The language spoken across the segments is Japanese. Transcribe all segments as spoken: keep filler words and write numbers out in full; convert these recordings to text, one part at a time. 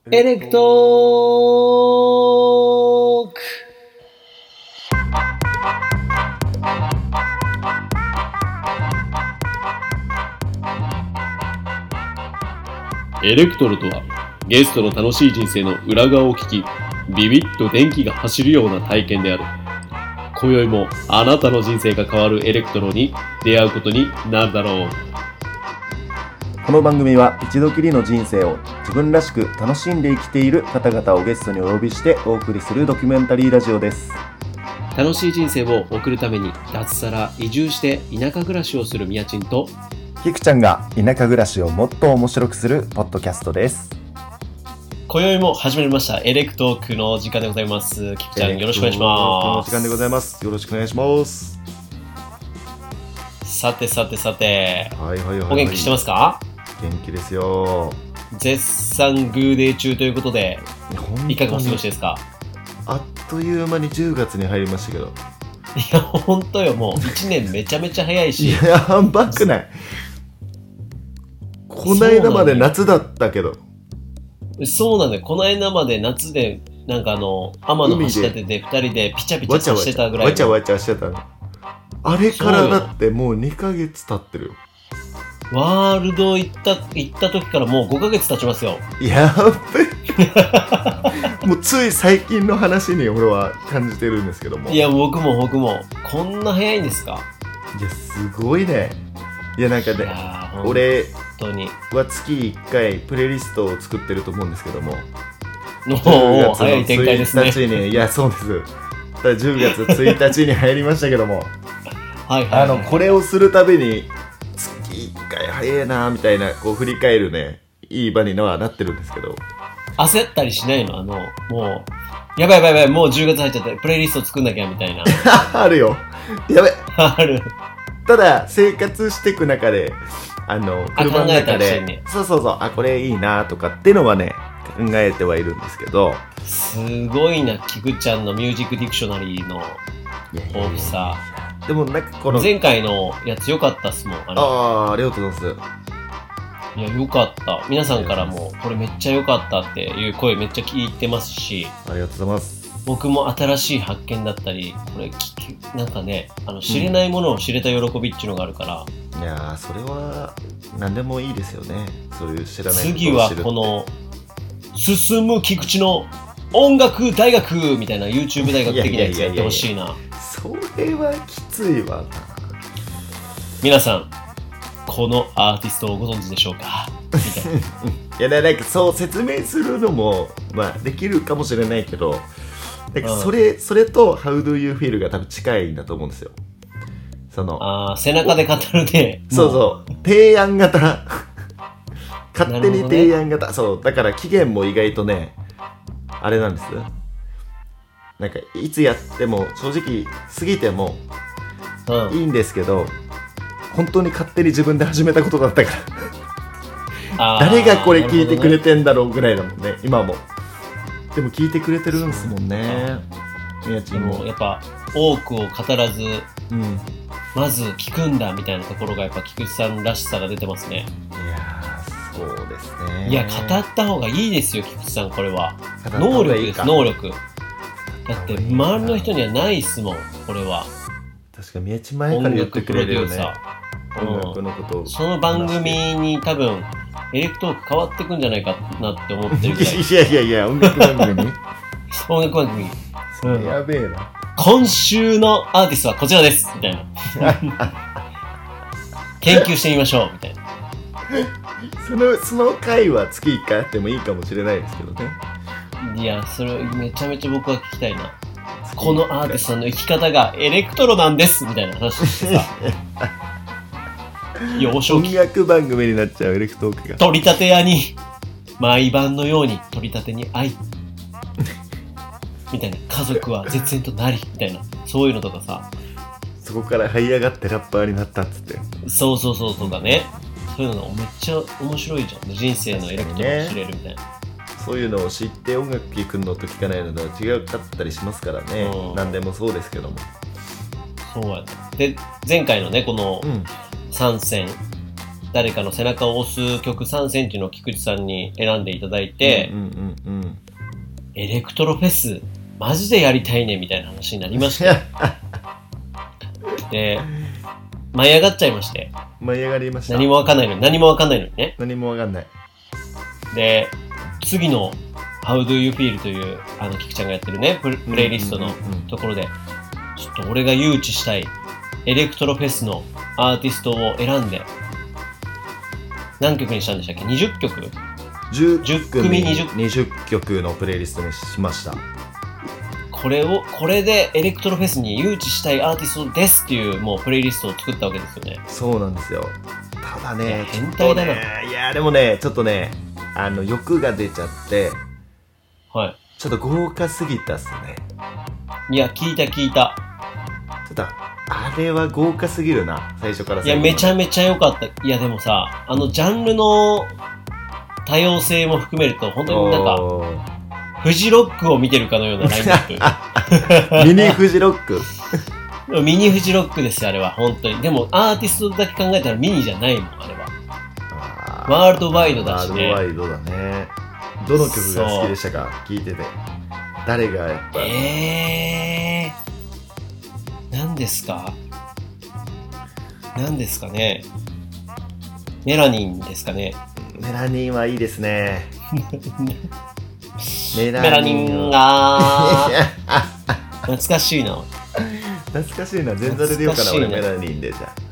エレクトーク。エレクトロとは、ゲストの楽しい人生の裏側を聞き、ビビッと電気が走るような体験である。今宵もあなたの人生が変わるエレクトロに出会うことになるだろう。 この番組は一度きりの人生を自分らしく楽しんで生きている方々をゲストにお呼びしてお送りするドキュメンタリーラジオです。 楽しい人生を送るために脱サラ移住して田舎暮らしをするみやちんとキクちゃんが田舎暮らしをもっと面白くするポッドキャストです。 今宵も始まりましたエレクトークの時間でございます。キクちゃんよろしくお願いします。 時間でございます。よろしくお願いします。 さてさてさて、 はいはいはい、はい、 お元気してますか？ 元気ですよ。 絶賛グーデー中ということでいかがお過ごしですか？ あっという間にじゅうがつに入りましたけど、いやほんとよ、もういちねんめちゃめちゃ早いしやばくない？こないだまで夏だったけど。 そうなんだよ、この間まで夏でなんかあの天の橋立ててふたりでピチャピチャしてたぐらいのわちゃわちゃしてたの。あれからだってもうにかげつ経ってるよ。 ワールド行った行った時からもうごかげつ経ちますよ。 やっべもうつい最近の話に俺は感じてるんですけども。 いや僕も僕もこんな早いんですか？ いやすごいね。いやなんかね、俺は月いっかいプレイリストを作ってると思うんですけども、 おお早い展開ですね。 ついたちにいやそうです。ただじゅうがつついたちに入りましたけどもはいはい、はい、 あのこれをするたびに月いっかい早いなみたいなこう振り返るねいい場にはなってるんですけど、 焦ったりしないの？あのもうやばいやばいやばいもうじゅうがつ入っちゃってプレイリスト作んなきゃみたいなあるよ。やべある。 ただ生活していく中であの車の中で、 ね、 そうそうそうあこれいいなとかっていうのはね考えてはいるんですけど、 すごいなキクちゃんのミュージックディクショナリーの大きさ。 でもなんかこの前回のやつ良かったっすもん。あれあーありがとうございます。 いや良かった。皆さんからもこれめっちゃ良かったっていう声めっちゃ聞いてますし、 ありがとうございます。 僕も新しい発見だったりこれ聞きなんかねあの知れないものを知れた喜びっていうのがあるから、 うん、いやそれは何でもいいですよね。そういう知らないことを知る。 次はこの進む菊池の音楽大学みたいな YouTube 大学的なやつやってほしいな。 それはきついわな。 皆さんこのアーティストをご存知でしょうかみたいな。 いやなんかそう説明するのもまあできるかもしれないけど、なんかそれ、うん、それと How do you feel が多分近いんだと思うんですよ。そのあ背中で語るね。 そうそう提案型勝手に提案型、ね、そうだから期限も意外とねあれなんです。なんかいつやっても正直過ぎてもいいんですけど、うん、本当に勝手に自分で始めたことだったから誰がこれ聞いてくれてんだろうぐらいだもんね今も。でも聞いてくれてるんですもんね。みやちんも。 でもやっぱ多くを語らず、 うん、 まず聞くんだみたいなところがやっぱ菊池さんらしさが出てますね。 いやーそうですね。 いや語った方がいいですよ菊池さん。これは能力です。能力だって周りの人にはないっすもんこれは。 確かみやち前から言ってくれるよね。音楽のことを、 うん、その番組に多分エレクトーク変わってくんじゃないかなって思ってるぐらい。 いやいやいや音楽番組に音楽番組それやべえな。 今週のアーティストはこちらですみたいな研究してみましょうみたいなそのその回は月いっかいあってもいいかもしれないですけどね。 いやそれめちゃめちゃ僕は聞きたいな。このアーティストの生き方がエレクトロなんですみたいな話してさ幼少期音楽番組になっちゃうエレクトークが。 取り立て屋に毎晩のように取り立てに会いみたいな家族は絶縁となりみたいなそういうのとかさ、 そこから這い上がってラッパーになったっつってそうそうそうとかね、そういうのめっちゃ面白いじゃん。人生のエレクトロを知れるみたいな、ね、 そういうのを知って音楽聴くのと聴かないのとは違うかったりしますからね、うん、何でもそうですけども。 そうやね。で前回のねこのさんせん、うん、誰かの背中を押す曲さんせんっていうのを菊池さんに選んでいただいて、うんうんうんうエレクトロフェスマジでやりたいねみたいな話になりましてで舞い上がっちゃいまして。 舞い上がりました。 何もわかんないのに何もわかんないのにね。 何もわかんない。 で次の How do you feel というあのキクちゃんがやってるね プ, プレイリストのところで、ちょっと俺が誘致したいエレクトロフェスのアーティストを選んで何曲にしたんでしたっけ？にじゅっきょく？ じゅっくみにじゅうにじゅっきょくのプレイリストにしました。 これをこれでエレクトロフェスに誘致したいアーティストですっていうもうプレイリストを作ったわけですよね。 そうなんですよ。ただね、 変態だな。 ね、いやでもねちょっとねあの欲が出ちゃって、 はい。 ちょっと豪華すぎたっすね。 いや聞いた聞いた。 ちょっとあれは豪華すぎるな、最初から最後まで。いやめちゃめちゃ良かった。いやでもさ、あのジャンルの多様性も含めると本当になんかフジロックを見てるかのようなラインナップミニフジロックミニフジロックですよあれは本当に。でもアーティストだけ考えたらミニじゃないもんあれは。ワールドワイドだしね。 ワールドワイドだね。どの曲が好きでしたか？聞いてて誰がやっぱえー何ですか何ですかね。メラニンですかね。 メラニンはいいですねメラニンメラニンが懐かしいな。 懐かしいな。全然出ようかな俺メラニンでじゃ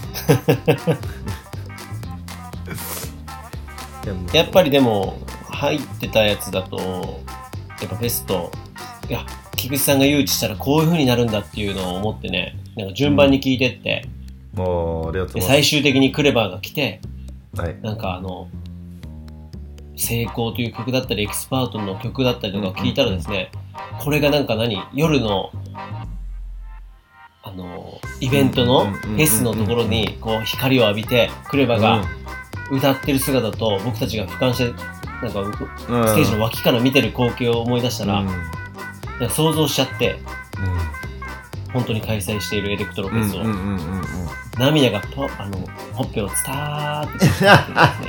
やっぱりでも入ってたやつだとやっぱフェスト、いや菊池さんが誘致したらこういう風になるんだっていうのを思ってね、なんか順番に聞いてって、 うん、もうありがとうございます。 で最終的にクレバーが来て、 はい、 なんかあの成功という曲だったりエキスパートの曲だったりとかを聞いたらですね、うんうん、これがなんか何夜のあのイベントのフェスのところにこう光を浴びてクレバが歌ってる姿と僕たちが俯瞰してなんかステージの脇から見てる光景を思い出したら、うん、なんか想像しちゃって、うん、本当に開催しているエレクトロフェスを、うんうんうんうん、涙がポあのほっぺをツターってですね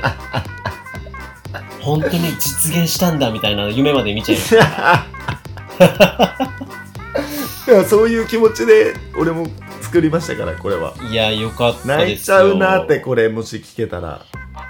本当に実現したんだみたいな夢まで見ちゃいましたいやそういう気持ちで俺も作りましたからこれは。 いやよかったですよ。 泣いちゃうなってこれもし聞けたら、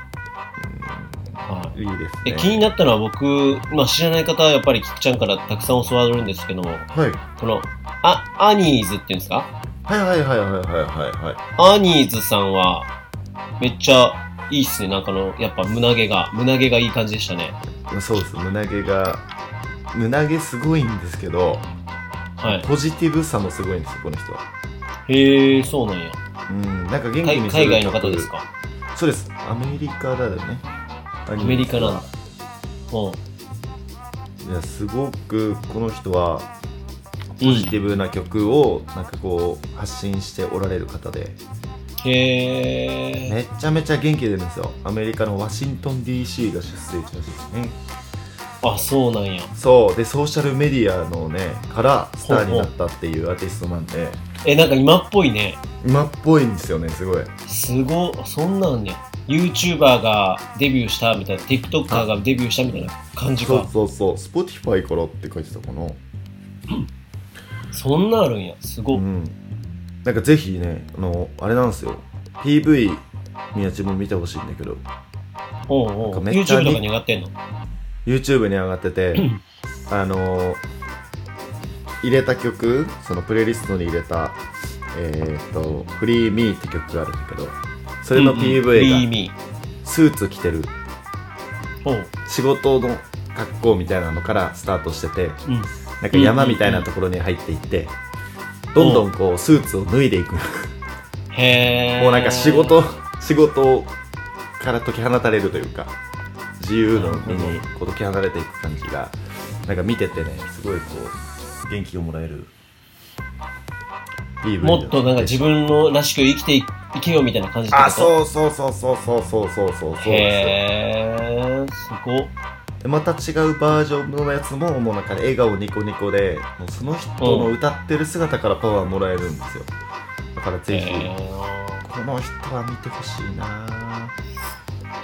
うん、いいですね。 気になったのは僕、まあ、知らない方はやっぱりキクちゃんからたくさん教わるんですけども、はい、このあアニーズっていうんですか。 はいはいはいはいはいはい。 アニーズさんはめっちゃいいっすね。なんかのやっぱ胸毛が胸毛がいい感じでしたね。 そうです。胸毛が胸毛すごいんですけど、はい、ポジティブさもすごいんですよこの人は。 へえそうなんや。 うんなんか元気にする。 海外の方ですか？ そうです。アメリカだよね。 アメリカなんだ。 うん。いやすごくこの人はポジティブな曲をなんかこう発信しておられる方で。 へーめちゃめちゃ元気出るんですよ。アメリカのワシントン ディーシー が出生地らしいですね。 あ、そうなんや。 そうでソーシャルメディアのねからスターになったっていうアーティストなんで。 えなんか今っぽいね。 今っぽいんですよね。すごいすごそんなんね。 YouTuber がデビューしたみたいな TikToker がデビューしたみたいな感じか。 そうそうそう Spotify からって書いてたかなそんなあるんや。すごっ、うん、 なんかぜひねあのあれなんですよ ピーブイ 宮地も見てほしいんだけど。 おうおう YouTube とかに上がってんの？ YouTube に上がっててあの入れた曲そのプレイリストに入れたえー、っとフリーミーって曲があるんだけどそれの ピーブイ がスーツ着てる、うんうん、仕事の格好みたいなのからスタートしてて、うん、なんか山みたいなところに入っていってどんどんこうスーツを脱いでいくへーもうなんか仕事仕事から解き放たれるというか自由の身にこう解き放たれていく感じがなんか見ててねすごいこう元気をもらえる。いいもっとなんか自分のらしく生きていけよみたいな感じってこと？ あ、そうそうそうそうそうそうそうそうそう。 へーすごっ。 でまた違うバージョンのやつももうなんか笑顔ニコニコでもうその人の歌ってる姿からパワーもらえるんですよ。だからぜひこの人は見てほしいな。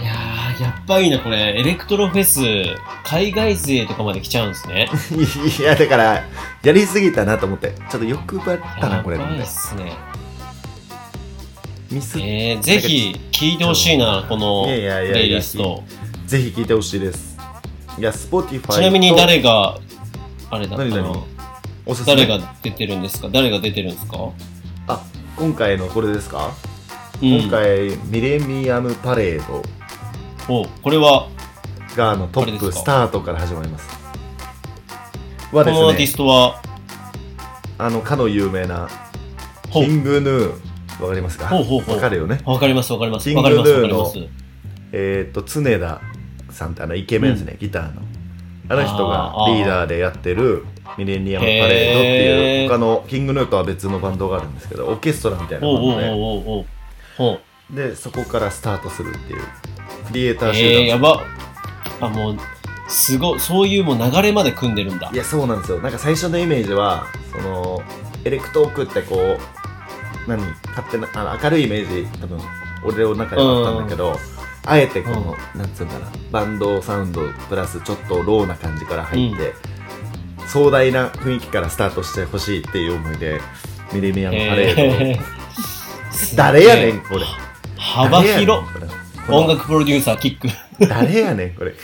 いやー、やっぱいいな、これ。エレクトロフェス、海外勢とかまで来ちゃうんですね。 いや、だから、やりすぎたなと思って。ちょっと欲張ったな、これ。 やばいっすね。 ミスえー、ぜひ、聴いてほしいな、このプいやいやいやいやレイリスト。 ぜひ聴いてほしいです。いや、Spotify ちなみに誰が、あれだった何の 々おすすめ誰が出てるんですか誰が出てるんですかあ、今回のこれですか、 うん、 今回、ミレニアムパレードお、これは、 があのトップこれですかスタートから始まります。はこのアーティですね、 ストは、 あの、かの有名な、 ほうキングヌー、わかりますか？ ほうほうほうわかるよね。 わかりますわかりますキングわかりますわかヌーのります。 えっ、ー、と、常田さんってあのイケメンですね、うん、ギターの。あの人がリーダーでやってるミレニアムパレードっていう他のキングヌーとは別のバンドがあるんですけど、オーケストラみたいなバンドで、 おうおうおうおうほうでそこからスタートするっていうクリエイター集団。 えー、やばあ、もうすごい、そういうもう流れまで組んでるんだ。 いや、そうなんですよ。なんか最初のイメージはそのエレクトークってこう何勝手なあの明るいイメージ多分俺の中ではあったんだけど、うん、あえてこの、うん、なんつうんだろう、バンドサウンドプラスちょっとローな感じから入って、うん、壮大な雰囲気からスタートしてほしいっていう思いでミレニアムパレード誰やねんこれ、 幅広音楽プロデューサーキック誰やねんこれ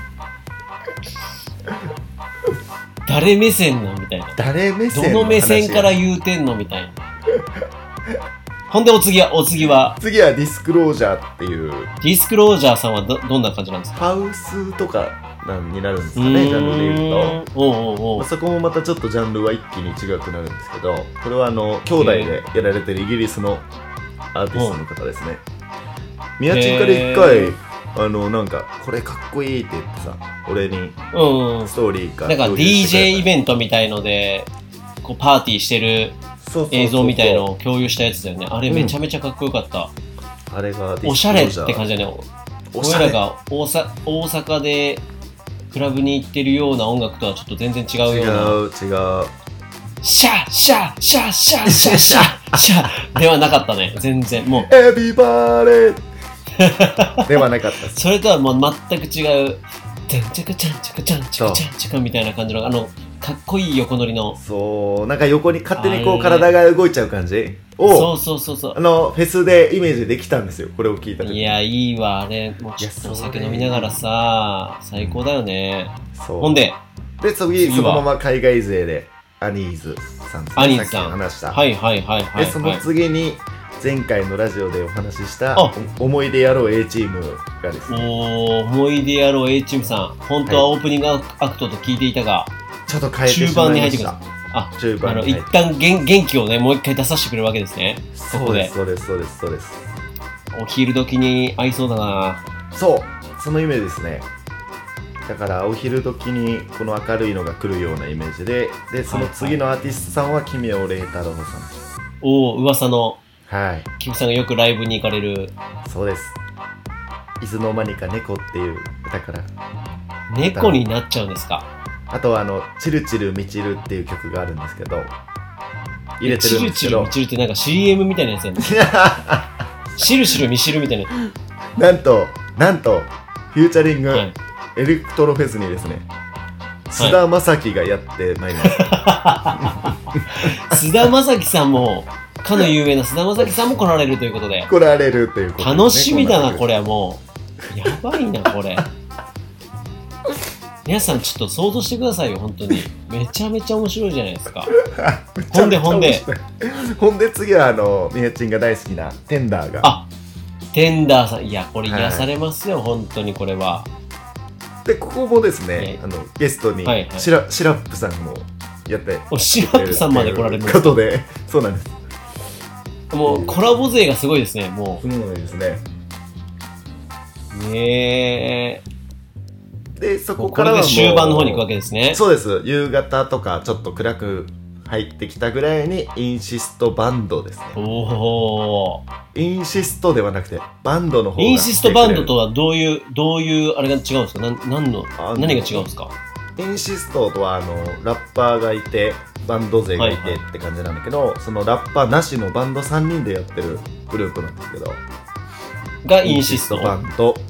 誰目線のみたいな、 誰目線どの目線から言うてんのみたいなほんでお次はお次は次はディスクロージャーっていう。 ディスクロージャーさんは ど, どんな感じなんですか？ ハウスとかなんになるんですかね、ジャンルで言うと。 おうおうおう、 そこもまたちょっとジャンルは一気に違くなるんですけど、これはあの兄弟でやられてるイギリスのアーティストの方ですね。宮地から一回あのなんかこれかっこいいって言ってさ、俺にストーリーかなんか ディージェー イベントみたいのでこうパーティーしてる映像みたいのを共有したやつだよね。あれめちゃめちゃかっこよかった、 うん、あれがおしゃれって感じだね。俺らが大阪、大阪でクラブに行ってるような音楽とはちょっと全然違うような。 違う違う。 シャッシャッシャッシャッシャッシャッシャッではなかったね。全然もう。 エビバレーではなかった。 それとはもう全く違う。チャンチャカチャンチャカチャンチャカチャンチャカみたいな感じのあのかっこいい横乗りの。 そう、なんか横に勝手にこう体が動いちゃう感じを、 そうそうそうそう、 あのフェスでイメージできたんですよ。これを聞いた時に。 いや、いいわあれ。もうちょっとお酒飲みながらさ、最高だよね。 そう。 ほんでで次そのまま海外勢でアニーズさんですね。 アニーズさん話した。 はいはいはいはい、はい。 でその次に前回のラジオでお話しした思い出野郎 A チームがですね。 おー、思い出野郎 A チームさん。本当はオープニングアクトと聞いていたが、 ちょっと変えてしまいました。 中盤に入ってください。あ、 中盤に入って。 一旦元元気をね、もう一回出させてくれるわけですね。 そうですそうですそうですそうです。 お昼時に合いそうだな。 そう、そのイメージですね。だからお昼時にこの明るいのが来るようなイメージで、でその次のアーティストさんは奇妙麗太郎さん。 おお、噂の。 はい。 キムさんがよくライブに行かれる。 そうです。いつの間にか猫っていう歌から。 猫になっちゃうんですか。 あとはあのチルチルミチルっていう曲があるんですけど、入れてるんですけど。 チルチルミチルってなんか シーエム みたいなやつやね。シルシルミシルみたいな。 なんとなんとフューチャリング、はい、エレクトロフェスにですね、菅田将暉がやってまいりました。 はい、菅田将暉さんも。かの有名な菅田将暉さんも来られるということで。 来られるということで、ね、 楽しみだな、これはもう。やばいな、これ。皆さんちょっと想像してくださいよ、本当に。めちゃめちゃ面白いじゃないですか。ほんでほんで。 ほんで次は、あの、みやちんが大好きなテンダーが。 あ、テンダーさん。いや、これ癒されますよ、はい、本当にこれは。 で、ここもですね、あのゲストに、はいはい、シラ、シラップさんもやって。 お、シラップさんまで来られるんですか。 ことで、そうなんです。 もうコラボ勢がすごいですね、もう。 そうですね。 ねえ。 で、そこからはもうこれで終盤の方に行くわけですね。 そうです。夕方とかちょっと暗く入ってきたぐらいにインシストバンドですね。 おお。 インシストではなくてバンドの方が。 インシストバンドとはどういうどういうあれが違うんですか。なん、なんの何が違うんですか。 インシストとはあのラッパーがいてバンド勢がいてって感じなんだけど、はいはい、そのラッパーなしのバンドさんにんでやってるグループなんですけど、 がインシストバンド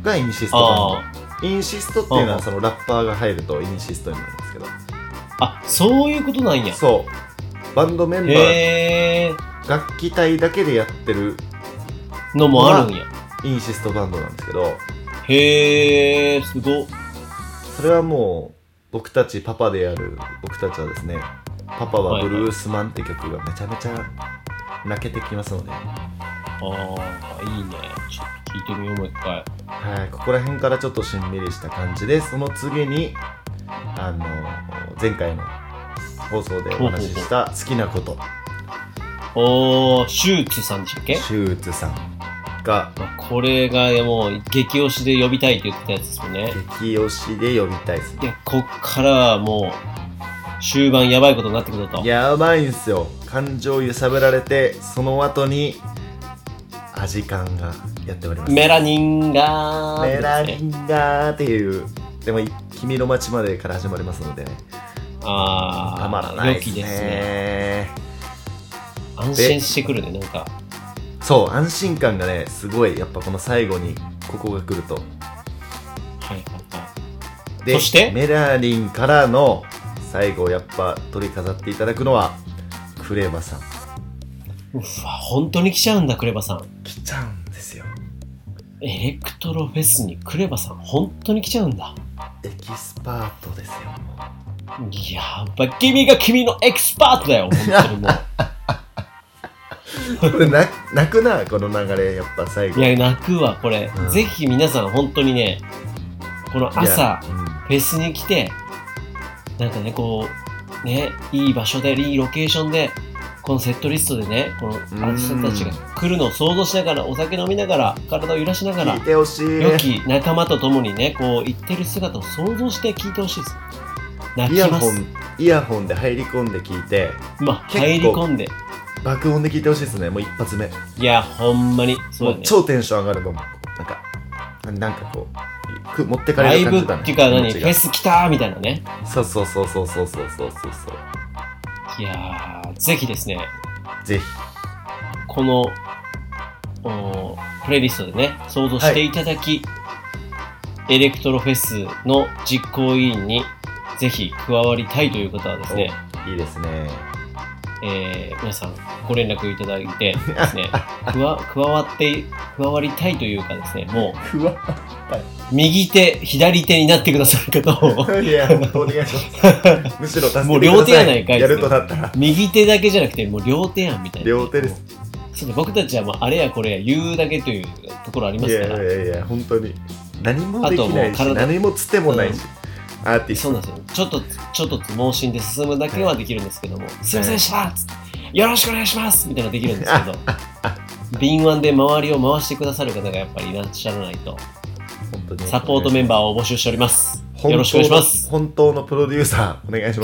がインシストバンあド。インシストっていうのあはそのラッパーが入るとインシストになるんですけど、 あ、そういうことなんや。 そうバンドメンバーへえ楽器隊だけでやってるのもあるんや。 インシストバンドなんですけど、 へえすごっ。 それはもう僕たちパパである僕たちはですね、パパはブルースマンって曲がめちゃめちゃ泣けてきますので、 ああいいね。ちょっと聞いてみようもう一回。 はい、ここら辺からちょっとしんみりした感じで、その次にあの前回の放送でお話しした好きなことおーシューツさんでしたっけ。 シューツさんがこれがもう激推しで呼びたいって言ってたやつですよね。 激推しで呼びたいですね。 でこっからはもう終盤やばいことになってくると。 やばいんすよ。感情揺さぶられて、その後にアジカンがやっております。 メラニンガー、 メラニンガーっていう、でも君の街までから始まりますのでね、 あーたまらないです良きですね。 ね。 安心してくるね。なんかそう、安心感がねすごい。やっぱこの最後にここが来ると、 はいはいはい。 でそしてメラニンからの最後やっぱ取り飾っていただくのはクレバさん。 うわ本当に来ちゃうんだクレバさん。 来ちゃうんですよ。 エレクトロフェスにクレバさん本当に来ちゃうんだ。 エキスパートですよ。もうやっぱ君が君のエキスパートだよ本当にもう。 これな泣くな、この流れ。やっぱ最後いや泣くわこれ、 うん、 ぜひ皆さん本当にねこの朝、 うん、 フェスに来てなんかねこうねいい場所でいいロケーションでこのセットリストでねこのアーティストたちが来るのを想像しながらお酒飲みながら体を揺らしながら聞いてほしい。 良き仲間と共にねこう行ってる姿を想像して聞いてほしいです。泣イヤきますホンイヤホンで入り込んで聞いて、 まあ結構入り込んで爆音で聞いてほしいですね。もう一発目いやほんまにそうだね。 もう超テンション上がるもん。なんかなんかこうく持ってかライブれる感じだね。 っていうか何気持ちがフェス来たーみたいなね。 そうそうそうそうそうそうそうそうそう。 いやーぜひですねぜひこのおプレイリストでね想像していただき、エレクトロフェスの実行委員にぜひ加わりたいという方はですね、 おいいですね。 えー、皆さんご連絡いただいてですね加わ加わって加わりたいというかですねもふわう右手左手になってくださる方をいや本当お願いしますむしろ助けてください。 もう両手やないかいやるとなったら右手だけじゃなくてもう両手やんみたいな。 両手です。 そうで僕たちはもうあれやこれや言うだけというところありますから。 いやいやいや本当に何もできないしあともう体何もつてもないし、うん、アーティストそうなんですよ。ちょっとちょっと盲信で進むだけはできるんですけども、すいませんでしたっつってよろしくお願いしますみたいなのできるんですけど敏腕で周りを回してくださる方がやっぱりいらっしゃらないと。 本当にサポートメンバーを募集しております。よろしくお願いします。 本当のプロデューサーお願いし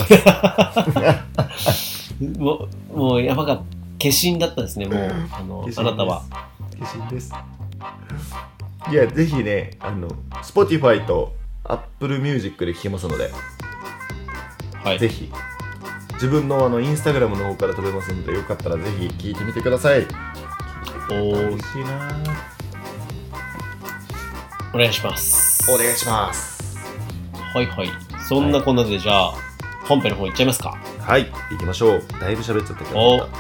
ますもうもうやばかった。化身だったですね。もうあのあなたは化身です。いやぜひねあの Spotify と Apple Music で聴けますので、 はい、 ぜひ自分のあのインスタグラムの方から飛べますので、よかったらぜひ聴いてみてください。 おー嬉しいな。 お願いします。 お願いします。 はいはい。そんなこんなで、はい、じゃあ本編の方行っちゃいますか。 はい行きましょう。だいぶ喋っちゃったけど。 お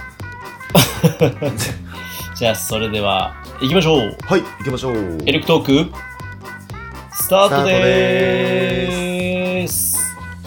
じゃあそれでは行きましょう。 はい行きましょう。 エレクトークスタートでーす。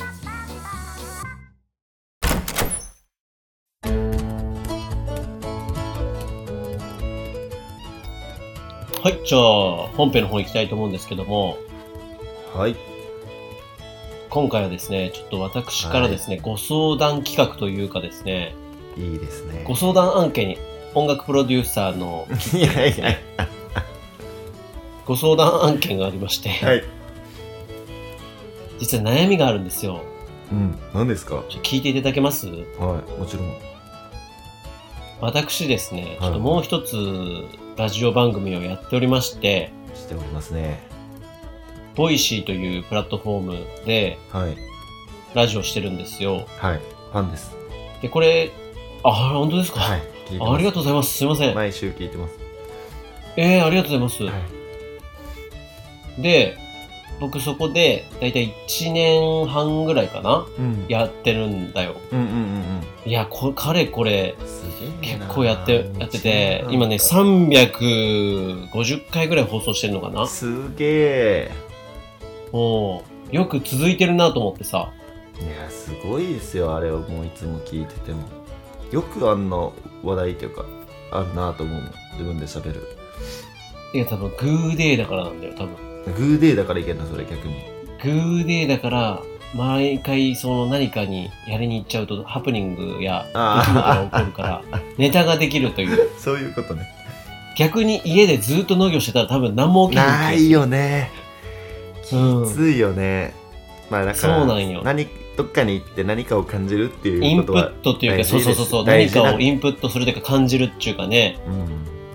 はい、じゃあ本編の方行きたいと思うんですけども、 はい、 今回はですねちょっと私からですね、はい、ご相談企画というかですね、 いいですね、 ご相談案件に音楽プロデューサーのいやいやご相談案件がありまして、はい、実は悩みがあるんですよ。 うん、何ですか？ ちょっと聞いていただけます？ はい、もちろん。 私ですね、ちょっともう一つラジオ番組をやっておりまして、 しておりますね。 ボイシーというプラットフォームでラジオしてるんですよ。 はい、ファンです。 で、これ、あ、本当ですか？ はい、 聞いてます。ありがとうございます。すいません。 毎週聞いてます。 えー、ありがとうございます。はい、 で、僕そこでだいたいいちねんはんぐらいかな、 うん、 やってるんだよ。 うんうんうんうん。 いや、こかれこれすげえな。 結構やってやってて、今ねさんびゃくごじゅっかいぐらい放送してるのかな。 すげえ。 もうよく続いてるなと思ってさ。 いやすごいですよ、あれをもういつも聞いててもよくあんな話題っていうかあるなと思うの、自分で喋る。 いや多分グーデーだからなんだよ、多分。 グーデーだからいけんな、それ逆に。 グーデーだから毎回その何かにやりに行っちゃうとハプニングや出来事が起こるからネタができるという。 そういうことね。 逆に家でずっと農業してたら多分何も起きない。 ないよね。きうんついよね。まあだからそうなんよ。 何どっかに行って何かを感じるっていうインプことはットっていうか、そう大事です。 そうそうそう、 大事な何かをインプットするというか感じるっていうかね。 うん。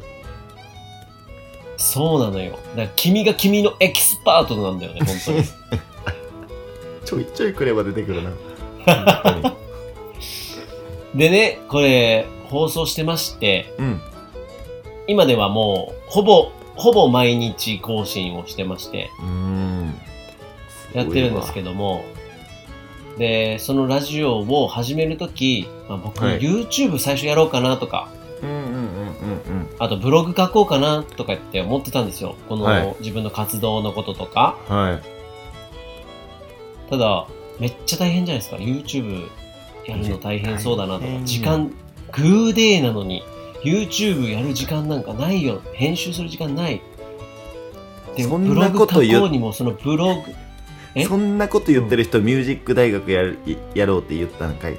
そうなのよ。だから君が君のエキスパートなんだよね、本当に。 ちょいちょいくれば出てくるな。 でね、これ放送してまして、 うん。 今ではもうほぼほぼ毎日更新をしてまして、 うーん。 やってるんですけども、でそのラジオを始めるとき、まあ、僕、 はい、 YouTube 最初やろうかなとか、 うんうんうんうんうん、 あとブログ書こうかなとかって思ってたんですよ。この、 はい、 自分の活動のこととか。 はい。 ただめっちゃ大変じゃないですか。 YouTube やるの大変そうだなとか、時間グーデーなのに YouTube やる時間なんかないよ、編集する時間ない。でそんなこと言ブログ書こうにもそのブログえそんなこと言ってる人、うん、ミュージック大学やるやろうって言ったんかい。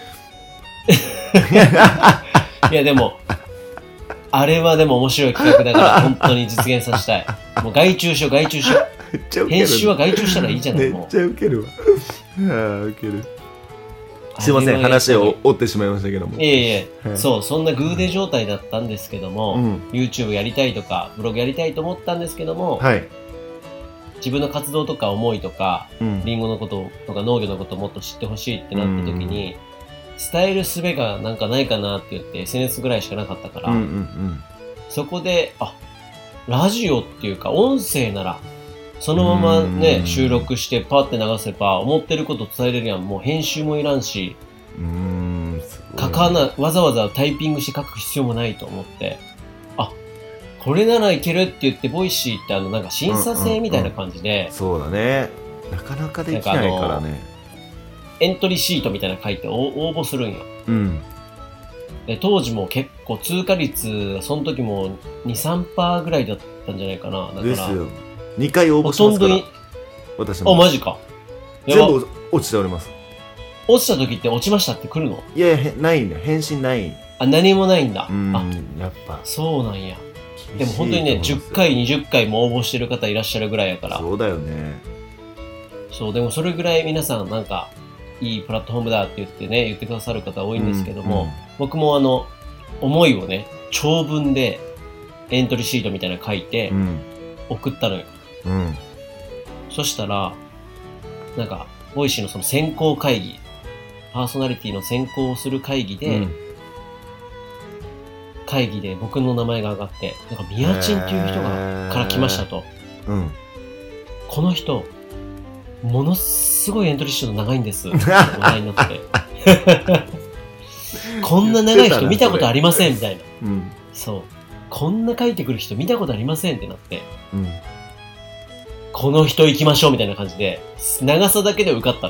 いやでもあれはでも面白い企画だから本当に実現させたい。もう外注しよう外注しよう。編集は外注したらいいじゃない。 めっちゃウケるわ。あウケる。すいません、話を追ってしまいましたけども。 いえいえ、はい、そうそんなグーデー状態だったんですけども、うん、YouTube やりたいとかブログやりたいと思ったんですけども、はい、自分の活動とか思いとか、うん、リンゴのこととか農業のことをもっと知ってほしいってなった時に、うん、伝える術がなんかないかなって言って エスエヌエス ぐらいしかなかったから、うんうんうん、そこであラジオっていうか音声ならそのままね収録してパッて流せば思ってること伝えれるやん。もう編集もいらんし、うーん書かなわざわざタイピングして書く必要もないと思って、あこれならいけるって言ってボイシーってあのなんか審査制みたいな感じで、うんうんうん、 そうだね、なかなかできないからね。 エントリーシートみたいなの書いて応募するんよ、うん、で当時も結構通過率その時も にさんパーセント ぐらいだったんじゃないかな。だからですよ、にかい応募しますから。私もあマジか。 全部落ちております。 落ちた時って落ちましたって来るの？ いやいやないんだよ、返信ない。 あ何もないんだ。 うんあやっぱそうなんや。でも本当にねじゅっかいにじゅっかいも応募してる方いらっしゃるぐらいやから。 そうだよね。 そうでもそれぐらい皆さんなんかいいプラットフォームだって言ってね言ってくださる方多いんですけども、うんうん、僕もあの思いをね長文でエントリーシートみたいなの書いて送ったのよ、うん、そしたらなんかボイシーのその選考会議、パーソナリティの選考をする会議で、うん、会議で僕の名前が上がってなんかミヤチンっていう人がから来ましたと、うん、この人ものすごいエントリーシート長いんです話題になってこんな長い人見たことありませんみたいな、うん、そうこんな書いてくる人見たことありませんってなって、うん、この人行きましょうみたいな感じで長さだけで受かったの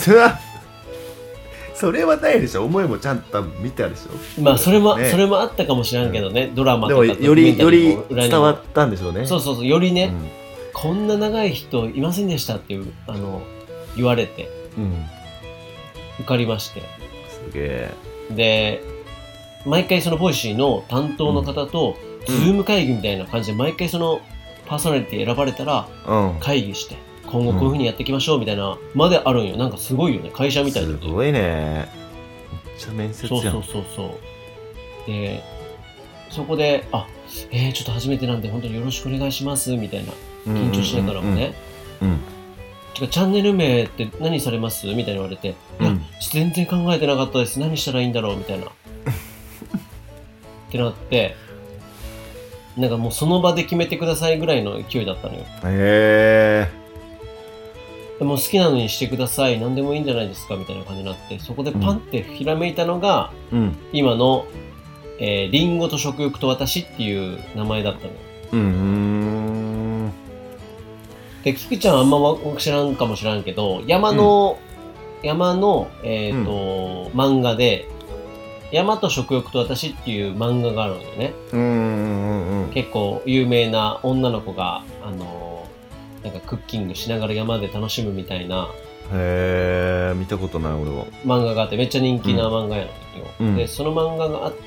それはないでしょ。思いもちゃんと見てあるでしょ。 まあそれも、ね、それもあったかもしれんけどね、うん、ドラマとかでもよりより伝わったんでしょうね。 そうそうそう、よりね、うん、こんな長い人いませんでしたっていうあの言われて、うん、受かりまして。 すげえ。 で毎回そのボイシーの担当の方と、うん、ズーム会議みたいな感じで毎回そのパーソナリティ選ばれたら、うん、会議して今後こういう風にやっていきましょうみたいなまであるんよ。なんかすごいよね、会社みたいな。 すごいね、めっちゃ面接やん。 そうそうそうそうでそこであえー、ちょっと初めてなんで本当によろしくお願いしますみたいな緊張しながらもね、うんうんうん、チャンネル名って何されますみたいに言われて、うん、いや全然考えてなかったです、何したらいいんだろうみたいなってなってなんかもうその場で決めてくださいぐらいの勢いだったのよ。 へでもう好きなのにしてください、何でもいいんじゃないですかみたいな感じになって、そこでパンってひらめいたのが、 ーうん今の、えー、リンゴと食欲と私っていう名前だったのよ。 うーんで、菊ちゃんあんま知らんかもしらんけど、山の、うん、山の、えっ、ー、と、うん、漫画で、山と食欲と私っていう漫画があるのよね。 うんうんうん、 結構有名な女の子が、あのー、なんかクッキングしながら山で楽しむみたいな。 へー、見たことない俺は。 漫画があって、めっちゃ人気な漫画やのよ、うん。で、その漫画があって、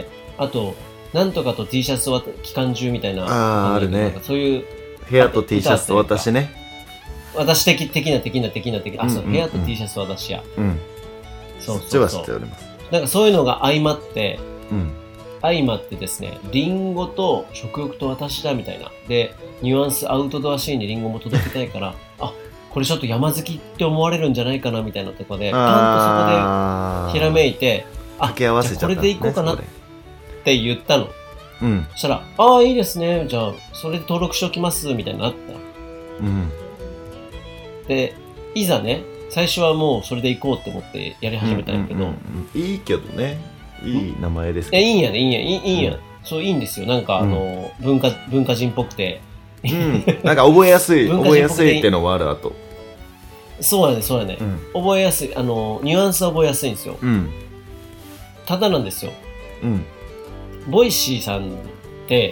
あと、なんとかと T シャツは期間中みたいな。 あー、あるね。 そういう。 部屋と T シャツと私ね。 私的、的な、的な、的な、的な。あ、そう、部屋と T シャツと私や。 うん。 そうそうそう。 そっちは知っております。 なんかそういうのが相まって、 うん、 相まってですね、リンゴと食欲と私だみたいな。で、ニュアンスアウトドアシーンにリンゴも届けたいから、あ、これちょっと山好きって思われるんじゃないかなみたいなとこで、パンとそこでひらめいて、あ、 掛け合わせちゃった、ね、 これでいこうかなって言ったの。 うん。 そしたら、ああ、いいですね。じゃあ、それで登録しておきます、みたいになった。 うん。 で、いざね、最初はもうそれで行こうって思ってやり始めたんやけど、うんうんうん、いいけどね、いい名前ですけど、いや、いいんやね、いいんや、いい、いいんや、うん、そう、いいんですよ。なんか、あの、うん、文化、文化人っぽくて。 うん、なんか覚えやすい、覚えやすいってのもある、あと。 そうやね、そうやね、うん。覚えやすい、あの、ニュアンスは覚えやすいんですよ。 うん。 ただなんですよ。 うん。 ボイシーさんって、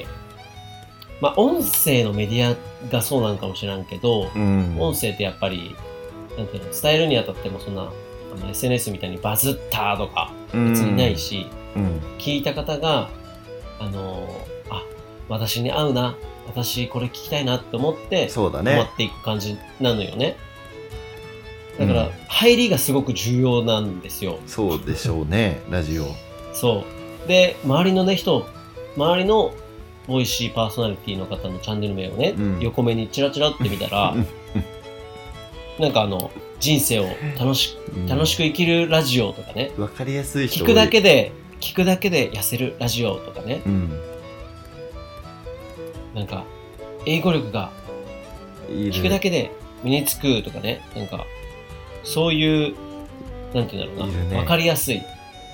まあ、音声のメディアがそうなんかもしれんけど、 うん、 音声ってやっぱり、なんていうの、伝えるにあたってもそんな、あの エスエヌエス みたいにバズったとか別にないし、 うんうん、 聞いた方が、あのー、あ、私に合うな、私これ聞きたいなって思って、 そうだね。 止まっていく感じなのよね。だから、うん、入りがすごく重要なんですよ。 そうでしょうね、ラジオ。 そう。で、周りのね、人、周りのボイシーパーソナリティの方のチャンネル名をね、うん、横目にチラチラって見たら、なんかあの、人生を楽しく、楽しく生きるラジオとかね。 わかりやすい人聞くだけで、聞くだけで痩せるラジオとかね。 うん、 なんか、英語力が、聞くだけで身につくとかね。なんか、そういう、なんていうんだろうな。ね、わかりやすい、うん。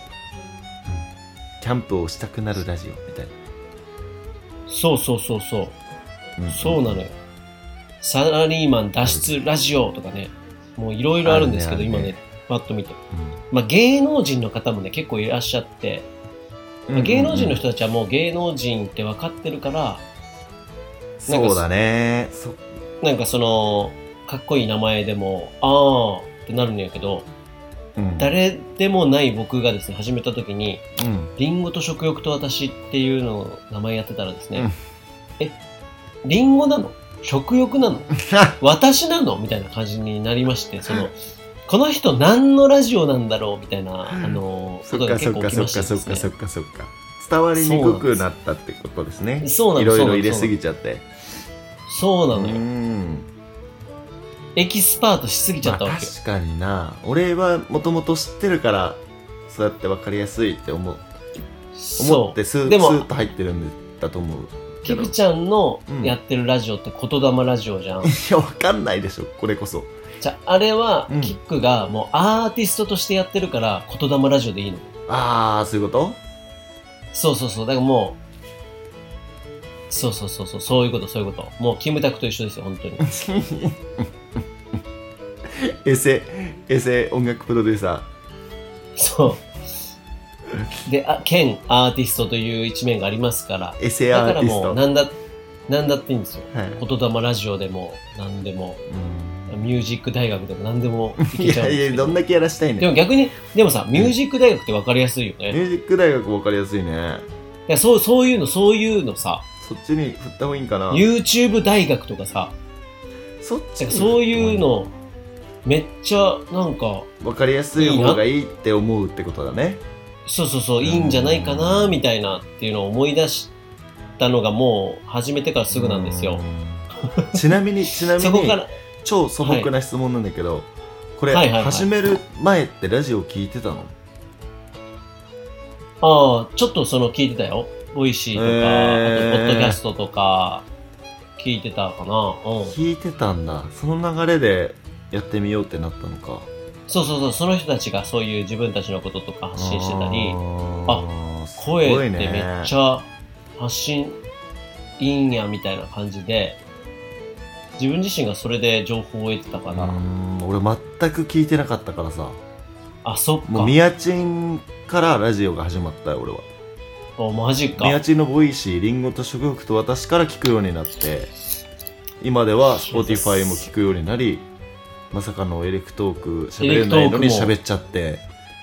キャンプをしたくなるラジオみたいな。 そうそうそうそう。うんうん、そうなのよ。サラリーマン脱出ラジオとかね、もういろいろあるんですけど、ねね、今ね、パッと見て、うん、まあ芸能人の方もね、結構いらっしゃって、まあ、芸能人の人たちはもう芸能人って分かってるから、 そうだね。 そなんかその、かっこいい名前でも、あーってなるんやけど、うん、誰でもない僕がですね、始めた時に、うん、リンゴと食欲と私っていうのを名前やってたらですね、うん、え、リンゴなの？食欲なの？私なの？みたいな感じになりまして、その、この人何のラジオなんだろうみたいな、あの、 ことが結構起きましてですね。そっかそっかそっかそっかそっか。伝わりにくくなったってことですね。 そうなんです。 いろいろ入れすぎちゃって。 そうなのよ。うん。エキスパートしすぎちゃったわけよ。 まあ、確かにな。俺はもともと知ってるから、そうやって分かりやすいって思う。思ってスーッと入ってるんだと思う。 キクちゃんのやってるラジオって言霊ラジオじゃん。 いや、わかんないでしょ、これこそ。 じゃあ、あれは、うん、キックがもうアーティストとしてやってるから、言霊ラジオでいいの。 あー、そういうこと？ そうそうそう。だからもう、そうそうそうそう、そういうこと、そういうこと。もう、キムタクと一緒ですよ、本当に。 エセ、エセ音楽プロデューサー。そう。で、あ、兼アーティストという一面がありますから。 エセアーティスト。 だからもう、なんだ、なんだっていいんですよ。はい、言霊ラジオでも、なんでも、ミュージック大学でも何でもいけちゃうんですよ。 いやいや、どんだけやらしたいね。 でも逆に、でもさ、ミュージック大学って分かりやすいよね。 ミュージック大学分かりやすいね。 いや、そう、そういうの、そういうのさ。 そっちに振った方がいいんかな。 YouTube 大学とかさ。 そっちそういうの、めっちゃ、なんか。 分かりやすい方がいいって思うってことだね。 そうそうそう、いいんじゃないかな、みたいなっていうのを思い出したのがもう始めてからすぐなんですよ。 ちなみに、ちなみに、そこから超素朴な質問なんだけど、はい、これ、はいはいはい、始める前ってラジオ聞いてたの？ ああ、ちょっとその聞いてたよ。 ボイシーとか、 えー、 あとポッドキャストとか聞いてたかな。うん。 聞いてたんだ。その流れでやってみようってなったのか。 そうそうそう、その人たちがそういう自分たちのこととか発信してたり、あ、 あ声ってめっちゃ発信いいんやみたいな感じで、自分自身がそれで情報を得てたから。 うーん、俺全く聞いてなかったからさ。 あ、そっか。 もうミヤチンからラジオが始まったよ、俺は。 お、マジか。 ミヤチンのボイシー、リンゴと食欲と私から聞くようになって、今では Spotify も聞くようになり、まさかのエレクトーク喋れないのに喋っちゃって。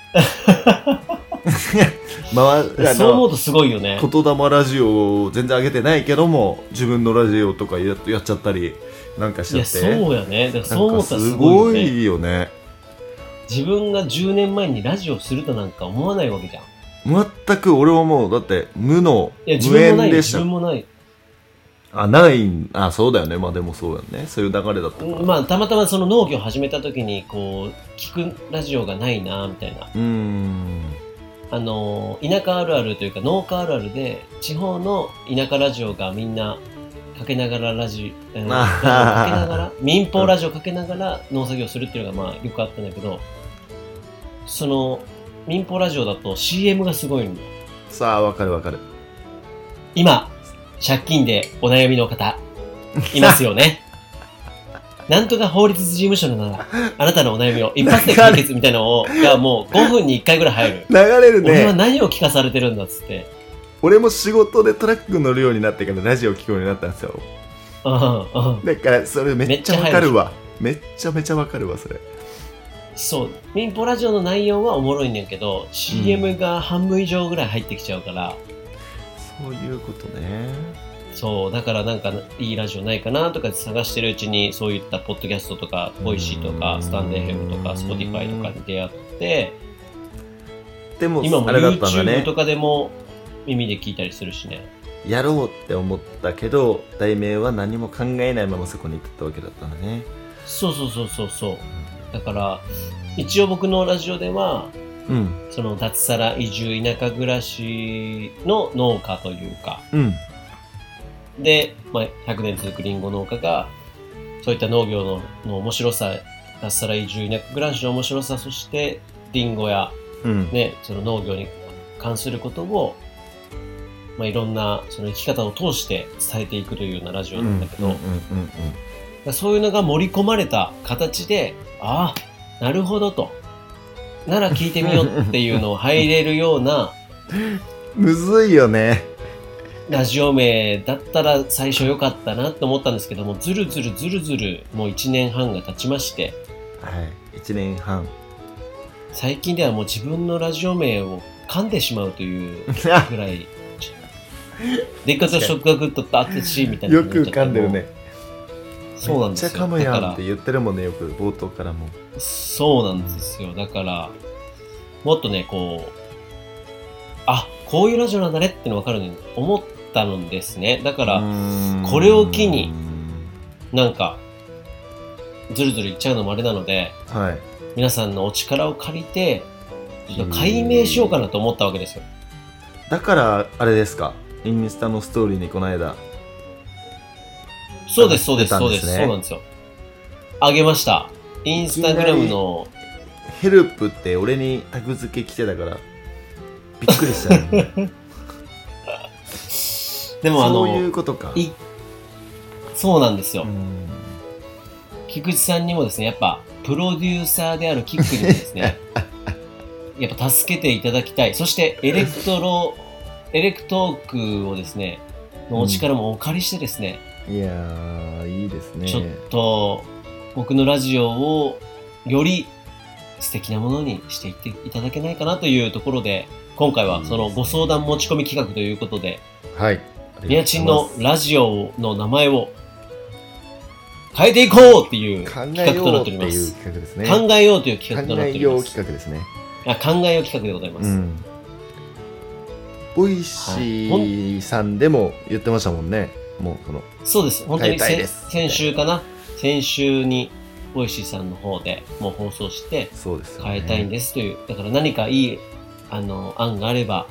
まあ、 そう思うとすごいよね。 言霊ラジオを全然上げてないけども、自分のラジオとかや, やっちゃったりなんかしちゃって。 いや、そうやね。だからそう思ったらすすごいよね。 ごいよね。 自分がじゅうねんまえにラジオするとなんか思わないわけじゃん。 全く俺はもう、だって無の、 いや、自無分もないよ。自縁でした。 分もない。 あ、ないん、あ、そうだよね。まあでもそうやね。そういう流れだったから。 まあ、たまたまその農業を始めた時に、こう、聞くラジオがないな、みたいな。 うーん。 あの、田舎あるあるというか農家あるあるで、地方の田舎ラジオがみんなかけながらラジオ、えーラジオかけながら、民放ラジオかけながら農作業するっていうのがまあよくあったんだけど、その、民放ラジオだと シーエム がすごいの。 さあ、わかるわかる。 今、借金でお悩みの方、いますよね。なんとか法律事務所なら、あなたのお悩みを一発で解決みたいなのを、がもうごふんにいっかいぐらい入る。 流れるね。 俺は何を聞かされてるんだっつって。 俺も仕事でトラック乗るようになってからラジオ聞くようになったんですよ。 うんうん。 だからそれめっちゃわかるわ。めっちゃめちゃわかるわ、それ。 そう。民放ラジオの内容はおもろいんだけど、シーエム が半分以上ぐらい入ってきちゃうから、 そういうことね。 そう。だからなんかいいラジオないかなとか探してるうちに、そういったポッドキャストとか、ボイシーとか、スタンド エフエム とか、Spotify とかに出会って、 でも、 今もあれだったんだ YouTube ねと。かでも耳で聞いたりするしね。 やろうって思ったけど、題名は何も考えないままそこに行ったわけだったんだね。 そうそうそうそうそう。だから、一応僕のラジオでは、 うん。 その脱サラ移住田舎暮らしの農家というか、 うん。 で、まあ、ひゃくねん続くリンゴ農家が、そういった農業のの面白さ、脱サラ移住田舎暮らしの面白さ、そしてリンゴや、 うん。 ね、その農業に関することを、まあ、いろんなその生き方を通して伝えていくというようなラジオなんだけど、 うんうんうんうん、 そういうのが盛り込まれた形で、ああ、なるほどと。なら聞いてみようっていうのを入れるようなむずいよね。 ラジオ名だったら最初良かったなと思ったんですけども、ずるずるずるずるもういちねんはんが経ちまして、 はい、いちねんはん。 最近ではもう自分のラジオ名を噛んでしまうというぐらい、でっかと食学とあってしみたいな。 よく噛んでるね。 そうなんですよ。 めっちゃ噛むやんって言ってるもんね、よく冒頭からも。 そうなんですよ。だから、もっとね、こう、あ、こういうラジオなんだねっての分かるように思ったのですね。だから、これを機に、なんか、ずるずるいっちゃうのもあれなので、 はい、 皆さんのお力を借りて、ちょっと解明しようかなと思ったわけですよ。 だから、あれですか、インスタのストーリーにこの間、 そうです、そうです、そうです、 ね、 そうなんですよ。あげました。インスタグラムの。 ヘルプって俺にタグ付け来てたから、びっくりしたよ、ね。 でもあの、 そういうことか。 いそうなんですよ。菊池さんにもですね、やっぱ、プロデューサーであるキックにもですね、やっぱ助けていただきたい。そして、エレクトロ、エレクトークをですね、のお力もお借りしてですね、 うん、いやー、いいですね。 ちょっと、僕のラジオをより素敵なものにしていっていただけないかなというところで、今回はそのご相談持ち込み企画ということで、 はい。 みやちんのラジオの名前を変えていこうっていう企画となっております。考えようという企画となっております。考えよう企画ですね。 あ、考えよう企画でございます。うん、 ボイシーさんでも言ってましたもんね。もうこのそうです。本当に先週かな。先週にボイシーさんの方でもう放送して変えたいんですという。だから何かいいあの案があれば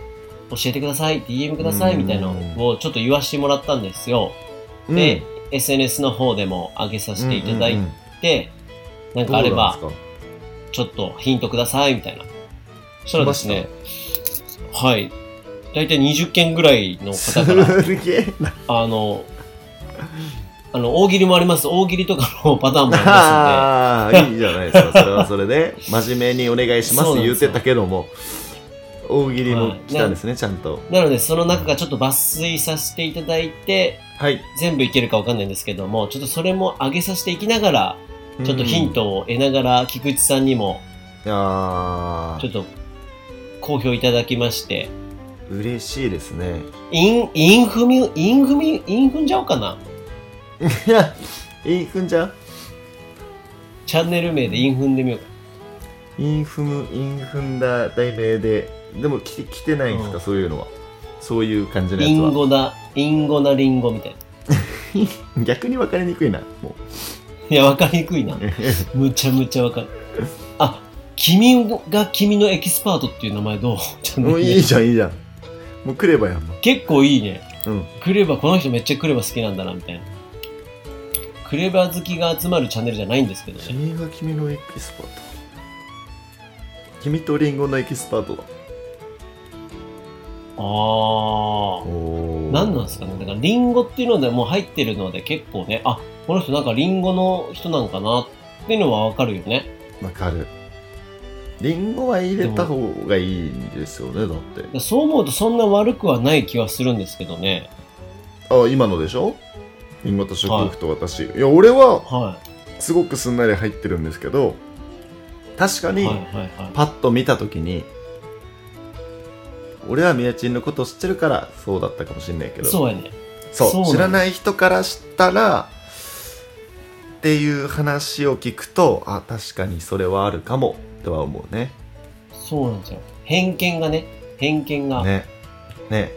教えてください、ディーエム くださいみたいなのをちょっと言わせてもらったんですよ。で、うん、エスエヌエス の方でも上げさせていただいて、うんうんうん、なんかあればちょっとヒントくださいみたいな。そしたらですね、はい、だいたいにじゅっけんぐらいの方からすげえな、 あのあの大喜利もあります。大喜利とかのパターンもありますんで。 ああ、いいじゃないですか。それはそれで真面目にお願いしますって言ってたけども、大喜利も来たんですね、はい、ちゃんと。なのでその中からちょっと抜粋させていただいて、はい、全部いけるかわかんないんですけども、ちょっとそれも上げさせていきながら、ちょっとヒントを得ながら菊池さんにもちょっと好評いただきまして。 嬉しいですね。 インインフミインフミインフんじゃおうかな。 いや、インフンじゃん。 チャンネル名でインフンでみようか。 インフム、インフンだ題名で、でも来て、来てないんですか、うん、そういうのは。そういう感じのやつは。 インゴだ、インゴなリンゴみたいな。逆に分かりにくいな、もう。いや、分かりにくいな。むちゃむちゃ分かる。あ、君が君のエキスパートっていう名前どう？ ちゃんと、ね。もういいじゃん、いいじゃん。もう来ればやん。 結構いいね。うん。クレバ、この人めっちゃクレバ好きなんだな、みたいな。クレバ好きが集まるチャンネルじゃないんですけどね。 君が君のエキスパート。君とリンゴのエキスパートだ。 あー。何なんですかね。だからリンゴっていうのでもう入ってるので結構ね、あ、この人なんかリンゴの人なんかなっていうのはわかるよね。 わかる。リンゴは入れた方がいいんですよね、だって。 そう思うとそんな悪くはない気はするんですけどね。 あ、今のでしょ？リンゴと食欲と私、はい、いや俺はすごくすんなり入ってるんですけど、確かにパッと見た時に、俺はみやちんのことを知ってるからそうだったかもしれないけど、 そうやね。 そう、そう知らない人から知ったらっていう話を聞くと、あ、確かにそれはあるかもとは思うね。 そうなんですよ。偏見がね、偏見がねね。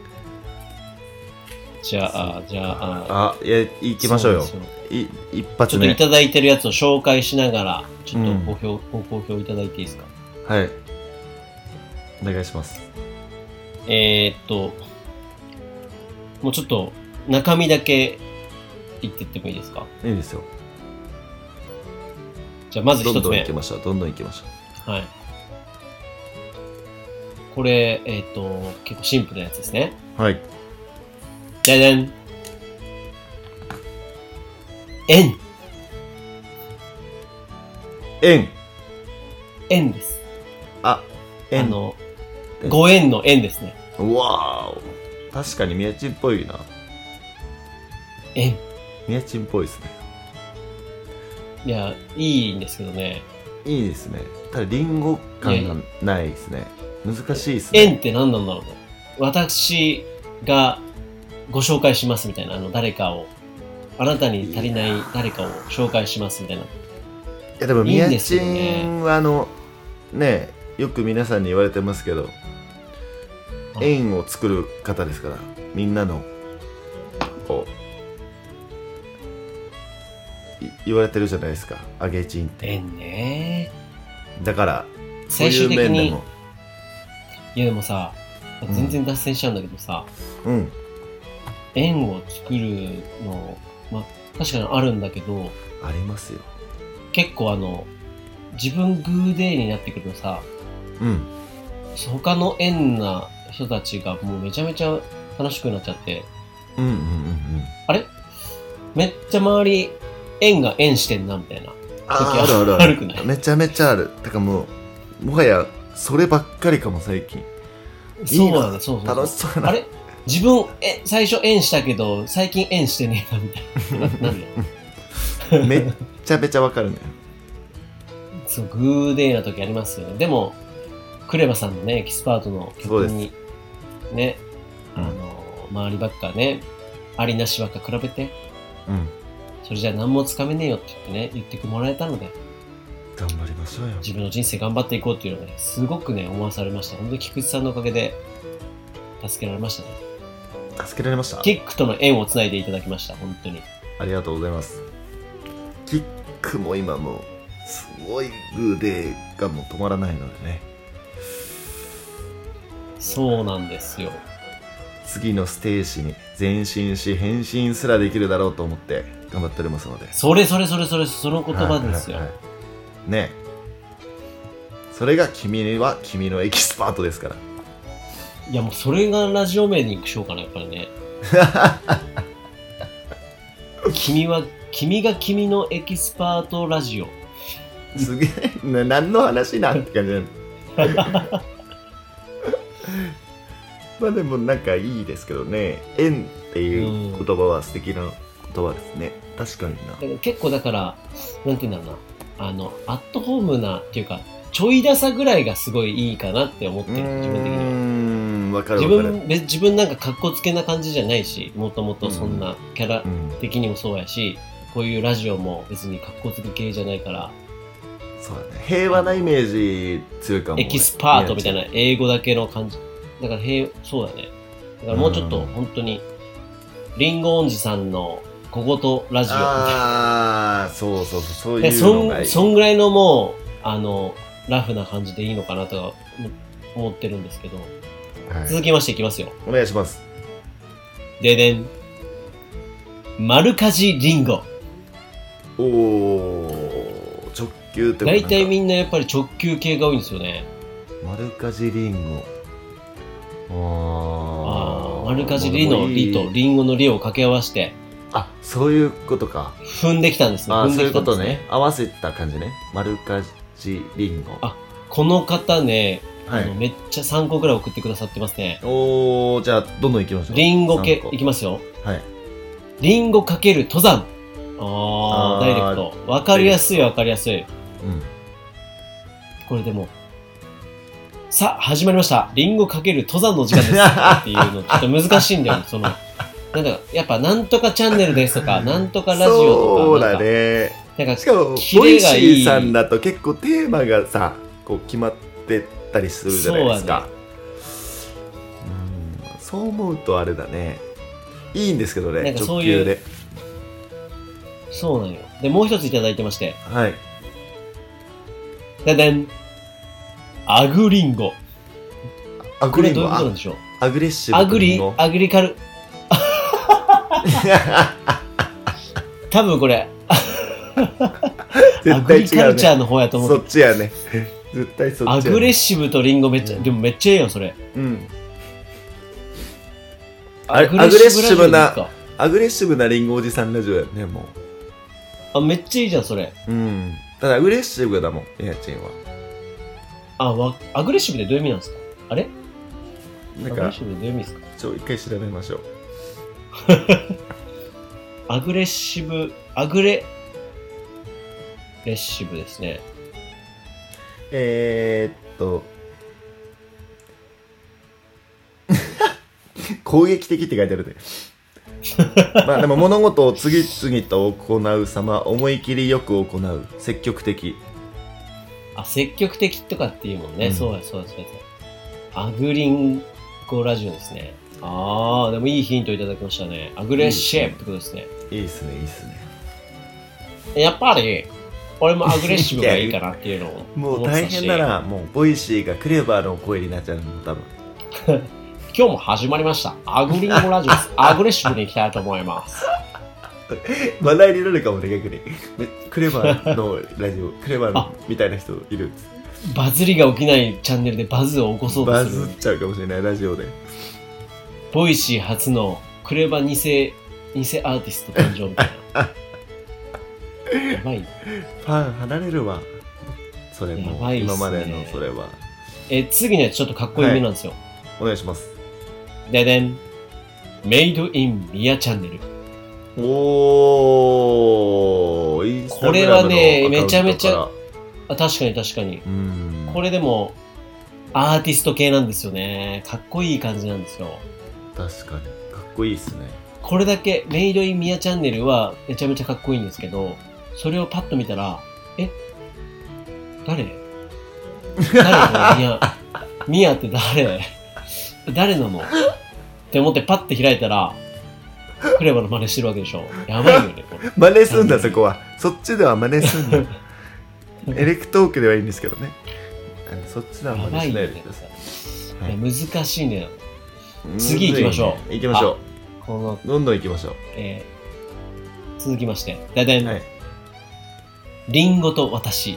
じゃあ、じゃあ、 あ、いや、行きましょうよ。い一発目。 ちょっといただいてるやつを紹介しながら、ちょっとご評、うん、ご好評いただいていいですか？ はい。お願いします。 えー、っと、もうちょっと中身だけ言ってってもいいですか？ いいですよ。 じゃあまず一つ目。 どんどん行きましょう。どんどん行きましょう。はい。これ、えー、っと、結構シンプルなやつですね。 はい。 じゃじゃん。円。 円。 円です。 あ、円。 あの、ご円の円ですね。 うわー。確かに宮地っぽいな。 円。 宮地っぽいですね。 いや、いいんですけどね。 いいですね。ただ、リンゴ感がないですね。難しいですね。 円って何なんだろうね。私が、ご紹介しますみたいな、あの誰かを、あなたに足りない誰かを紹介しますみたいな。いやでも宮地はあのね、よく皆さんに言われてますけど、円を作る方ですから、みんなのこう言われてるじゃないですか、あげちんって。 円ね。 だから最終的にそういう面でも、いやでもさ、全然脱線しちゃうんだけどさ、 うん。うん円を作るの、まあ、確かにあるんだけど、 ありますよ。 結構あの、自分グーデーになってくるとさ、 うん。 他の円な人たちがもうめちゃめちゃ楽しくなっちゃって、 うんうんうんうん。 あれめっちゃ周り、円が円してんな、みたいな。 ああ、あるあるある。くないめちゃめちゃある。てかもう、もはや、そればっかりかも、最近。 そうだね、そうそうそう。 楽しそうやな。 あれ自分え最初円したけど最近円してねえなみたいな。なんでめっちゃめちゃわかるね。 そうグーデーな時ありますよね。でもクレバさんのねエキスパートの曲にね、あの、うん、周りばっかねありなしばっか比べて、 うん、 それじゃ何もつかめねえよって言ってね言ってもらえたので頑張りましょうよ。 自分の人生頑張っていこうっていうのをねすごくね思わされました。本当に菊池さんのおかげで助けられましたね。 助けられました。 キックとの縁をつないでいただきました。本当にありがとうございます。キックも今もすごいグーデーがもう止まらないのでね。 そうなんですよ。 次のステージに前進し変身すらできるだろうと思って頑張っておりますので。 それそれそれそれその言葉ですよ、 はいはいはい、ねえそれが君は君のエキスパートですから。 いやもうそれがラジオ名にしようかなやっぱりね君は君が君のエキスパートラジオ。 すげえな、何の話なんて感じなのまあでもなんかいいですけどね。縁っていう言葉は素敵な言葉ですね、うん、確かにな。 だから結構だからなんていうんだろうな、あのアットホームなっていうかちょいダサぐらいがすごいいいかなって思ってる。自分的には。うーん、わかるわかる。自分自分なんか格好つけな感じじゃないし、もともとそんなキャラ的にもそうやし、うん、こういうラジオも別に格好つけ系じゃないから。 そうだね。平和なイメージ強いかも、ね。 エキスパートみたいな英語だけの感じ。だから平そうだね。だからもうちょっと本当にリンゴおんじさんの小言ラジオみたいな。 ああ、そうそうそうそういうのがいい。 そんそんぐらいのもうあの。ラフな感じでいいのかなとは思ってるんですけど、はい、続きましていきますよ。 お願いします。 ででん、丸かじりんご。 おお、直球ってこと。 大体みんなやっぱり直球系が多いんですよね。 丸かじりんご。 ああ、丸かじりのりとりんごのりを掛け合わせて。 あ、そういうことか。 踏んできたんですね。 あ、 踏んできたんですね。 そういうことね。合わせた感じね。丸かじリンゴ。 あ、この方ね、 はい、 あのめっちゃさんこぐらい送ってくださってますね。 おー、じゃあどんどんいきましょう。 リンゴ系いきますよ。 はい。 リンゴかける登山。あー、ダイレクト。わかりやすいわかりやすい。うん。これでも、さあ始まりました。リンゴかける登山の時間ですっていうのちょっと難しいんだよ。そのなんだかやっぱなんとかチャンネルですとか、なんとかラジオとか。 そうだね。 なんかしかもボイシーさんだと結構テーマがさこう決まってたりするじゃないですか。そう、ね、うん、そう思うとあれだね、いいんですけどね。 なんかそういう直球で。 そうなんよ。でもう一ついただいてまして、 はい、 ででん、アグリンゴ。 アグリンゴ、 これどういうことなんでしょう。 アグレッシブアグリアグリカル多分これアグリカルチャーの方やと思う。 そっちやね。絶対そっちやね。 アグレッシブとリンゴめっちゃ、うん、でもめっちゃええやんそれ。 うん。アグレッシブなアグレッシブなリンゴおじさんラジオやねもう。 あ、めっちゃいいじゃんそれ。 うん。ただアグレッシブだもんエアチンは。 あ、わアグレッシブでどういう意味なんですか。あれ？ なんかアグレッシブでどういう意味ですか。ちょ一回調べましょう。 アグレッシブアグレレッシブですね。 えー、っと攻撃的って書いてあるでまあでも物事を次々と行う様、思い切りよく行う、積極的。 あ、積極的とかっていうもんね、うん、そうやそうやそうや。アグリンゴラジオですね。ああ、でもいいヒントいただきましたね。アグレッシブってことですね。 いいですね、いいですね。 やっぱり俺もアグレッシブがいいかなっていうのをもう大変だな。もうボイシーがクレバーの声になっちゃうの多分今日も始まりましたアグリンゴラジオです。アグレッシブにいきたいと思います話題になるかもね、逆に。クレバーのラジオクレバーみたいな人いる。 バズりが起きないチャンネルでバズを起こそうとする。 バズっちゃうかもしれない、ラジオで。 ボイシー初のクレバ偽偽アーティスト誕生みたいなやばい、ね、 ファン離れるわそれも、ね、今までのそれは。 え次のやつちょっとかっこいい目なんですよ、はい、 お願いします。 ででん、メイドインミヤチャンネル。 おー、インスタグラムのアカウントから。これはねめちゃめちゃ、あ、確かに確かに。うん、これでもアーティスト系なんですよね。かっこいい感じなんですよ。 確かにかっこいいっすね。 これだけメイドインミヤチャンネルはめちゃめちゃかっこいいんですけど、それをパッと見たら、え誰誰これミヤミヤって誰誰なのって思ってパッて開いたらクレバの真似してるわけでしょ。やばいよねこれ。 真似すんだ、そこは。そっちでは真似すんだエレクトークではいいんですけどね。そっちでは真似しないでください。 はい、 難しいんだよ。次行きましょう。 ね、行きましょう。 このどんどん行きましょう。 えー、続きまして、だでん。 はい、 リンゴと私。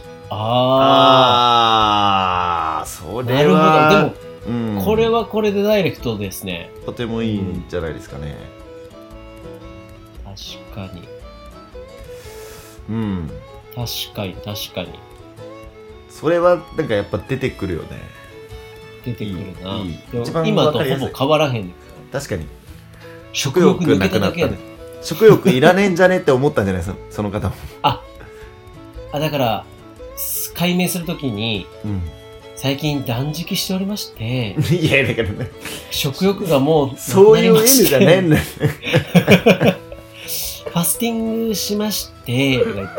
ああー、それは。 なるほど。でも、 うん、 これはこれでダイレクトですね。 とてもいいんじゃないですかね。 うん、確かに。 うん。 確かに、確かに。 それは、なんかやっぱ出てくるよね。 出てくるな。 いいいい今とほぼ変わらへん。 確かに。 食欲なくなったね。 食欲いらねえんじゃねって思ったんじゃないですか、その方も。 あ、あ、だから、解明するときに、うん、最近断食しておりまして、 いや、だからね。 食欲がもう、 そういう意味じゃねえんだよ。ファスティングしまして、とか言って。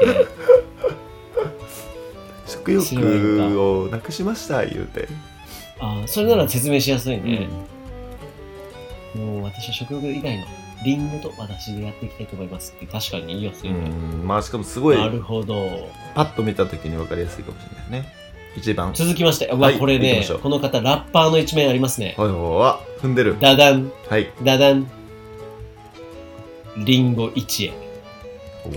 食欲をなくしました、言うて。 ああ、それなら説明しやすいね。うん、もう私は食欲以外のリンゴと私でやっていきたいと思いますって確かに言いやすいね。 うん、まあしかもすごい。なるほど。 パッと見たときに分かりやすいかもしれないね。一番。 続きまして、うわ、はい、これね、この方ラッパーの一面ありますね。 はいはい、踏んでる。 ダダン。 はい。 ダダン。リンゴ一会。 お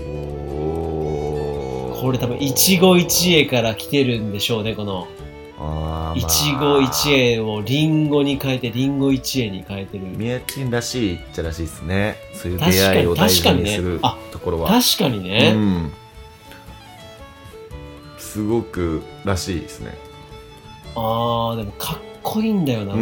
ー。これ多分一期一会から来てるんでしょうね、この。 あ、 まあ、一期一会をリンゴに変えてリンゴ一会に変えてる。 宮地らしいっちゃらしいですね。そういう出会いを大事にするところは。 確かにね。 うん、すごくらしいですね。 ああ、でもかっこいいんだよな。 うん、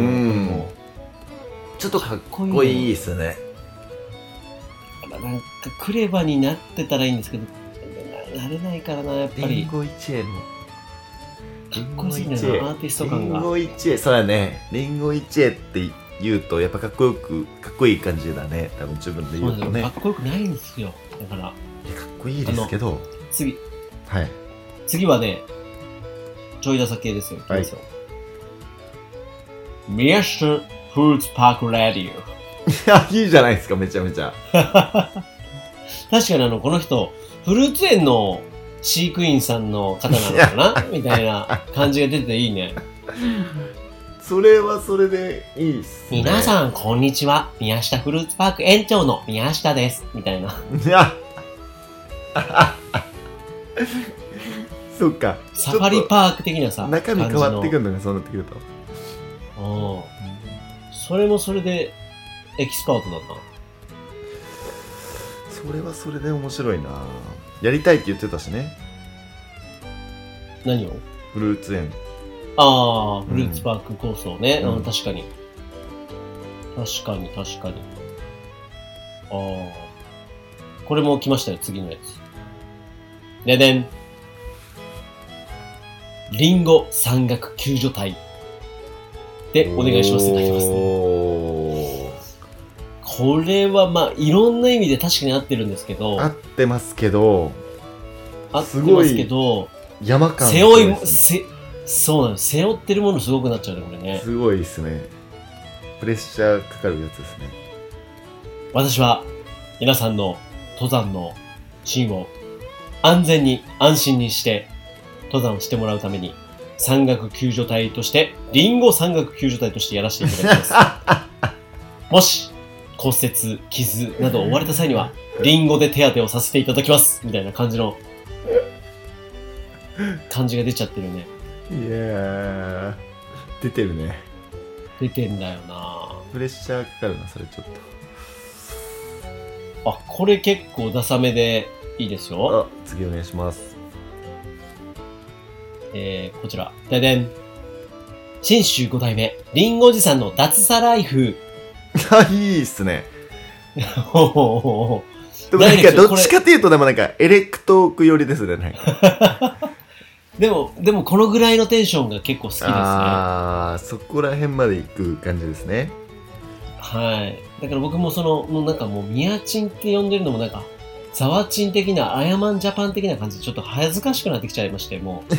ちょっとかっこいいですね。 なんかクレバになってたらいいんですけど、なれないからな、やっぱり。 リンゴ一会の。 かっこいいんだよな、アーティスト感が。 リンゴ一会、そうだね。リンゴ一会って言うと、やっぱかっこよく、かっこいい感じだね。多分自分で言うとね。 かっこよくないんですよ。だから。 かっこいいですけど。 次。 はい。 次はね、ちょいださ系ですよ。 はい。 宮下フルーツパークラディオ。 いや、いいじゃないですか、めちゃめちゃ。 確かにあの、この人、フルーツ園の飼育員さんの方なのかなみたいな感じが出ていいね。 それはそれでいいっすね。 皆さん、こんにちは。宮下フルーツパーク園長の宮下です。みたいな。 いや。そっか。 サファリパーク的なさ。 中身変わってくるのがそうなってくると。 ああ。それもそれでエキスパートだな。 それはそれで面白いな。やりたいって言ってたしね。 何を？ フルーツ園。 ああ、フルーツパーク構想ね。 うんうん、確かに。確かに、確かに。ああ。これも来ましたよ、次のやつ。ででん。リンゴ山岳救助隊。で、お願いしますって書いてますね。これはまあ、いろんな意味で確かに合ってるんですけど。 合ってますけど。 合ってますけど。 山感、 背負い、せ、そうなんです。背負ってるものすごくなっちゃうね、これね。 すごいですね。プレッシャーかかるやつですね。 私は、皆さんの登山のシーンを安全に安心にして登山してもらうために、山岳救助隊として、リンゴ山岳救助隊としてやらせていただきます。もし、骨折、傷などを負われた際には、リンゴで手当てをさせていただきます。みたいな感じの、感じが出ちゃってるね。 いやー、出てるね。 出てんだよな。 プレッシャーかかるな、それちょっと。あ、これ結構ダサめでいいですよ。 あ、次お願いします。 えー、こちら。ででん。信州五代目、リンゴおじさんの脱サライフ。 あ、いいっすね。 ほほほほ。 でもなんかどっちかっていうとでもなんかエレクトーク寄りですね。なんかでも、でもこのぐらいのテンションが結構好きですね。 ああ、そこら辺まで行く感じですね。 はい。だから僕もその、もうなんかもうミヤチンって呼んでるのもなんか、ザワチン的な、アヤマンジャパン的な感じでちょっと恥ずかしくなってきちゃいまして、もう。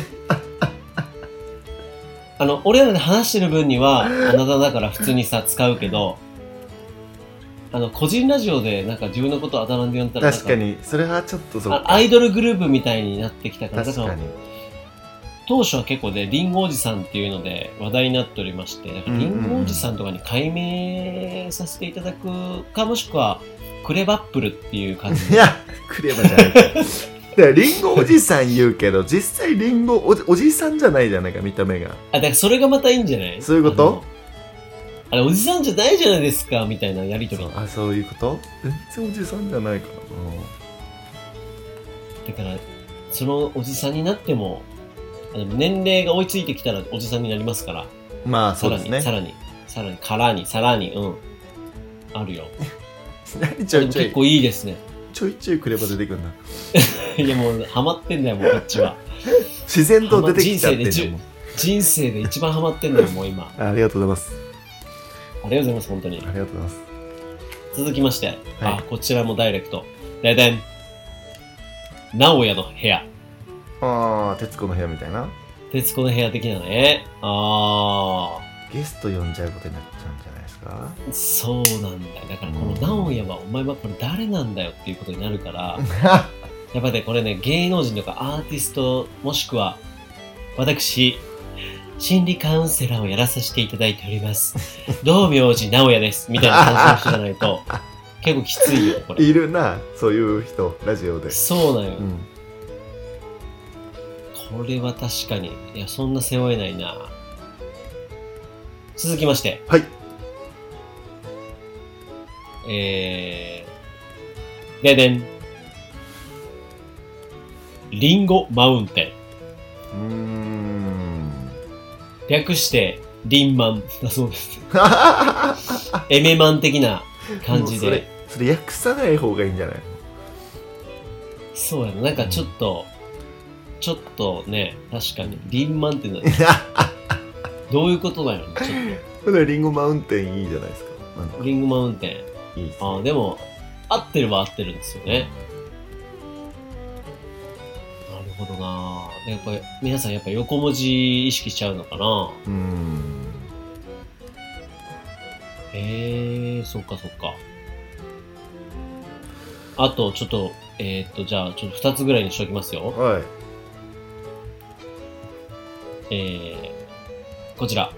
あの、俺らで話してる分には、あなただから普通にさ、使うけど、あの、個人ラジオでなんか自分のことをあだ名で呼んだら確かに、それはちょっとそうか。 アイドルグループみたいになってきたから、 確かに。 当初は結構ね、リンゴおじさんっていうので話題になっておりまして、だからリンゴおじさんとかに改名させていただくか、もしくは、クレバップルっていう感じ。 いや、クレバじゃないか。だからリンゴおじさん言うけど、実際リンゴ お, おじさんじゃないじゃないか、見た目が。 あ、だからそれがまたいいんじゃない？ そういうこと？ あれ、おじさんじゃないじゃないですか、みたいなやりとり。 あ、そういうこと？全然おじさんじゃないからな。だから、そのおじさんになっても、あの年齢が追いついてきたらおじさんになりますから。 まあ、そうですね。 さらに、さらに、さらに、さらに、うん。あるよ。 何ちょいちょい。 結構いいですね。 ちょいちょいクレバ出てくるな。 いや、もう、ハマってんだよ、もう、こっちは。 自然と出てきちゃってる人, 人生で一番ハマってんだよ、もう今。 ありがとうございます。 ありがとうございます、本当に。 ありがとうございます。 続きまして、はい、あ、こちらもダイレクト。ででん。直哉の部屋。 ああ、徹子の部屋みたいな。 徹子の部屋的なね。ああ。 ゲスト呼んじゃうことになっちゃうんじゃないですか。 そうなんだよ。だからこの直哉は、お前はこれ誰なんだよっていうことになるから、やっぱね、これね、芸能人とかアーティスト、もしくは、私、心理カウンセラーをやらさせていただいております。道明寺直哉です。みたいな感じの人じゃないと、結構きついよ、これ。 いるな、そういう人、ラジオで。 そうなんよ。 うん、 これは確かに。いや、そんな背負えないな。続きまして。 はい。 えー、ででん。リンゴマウンテン。 うーん。 略して、リンマンだそうです。エメマン的な感じで。 それ、それ訳さない方がいいんじゃない？ そうやな。なんかちょっと、うん、ちょっとね、確かに、リンマンってなどういうことだよね、ちょっと。 これリンゴマウンテンいいじゃないですか。 リンゴマウンテン。 いいですね。 ああ、でも、合ってるは合ってるんですよね。なるほどなぁ。やっぱり、皆さんやっぱ横文字意識しちゃうのかな？ うーん。 へえー、そっかそっか。あと、ちょっと、えー、っと、じゃあ、ちょっと二つぐらいにしておきますよ。 はい。 えー、こちら。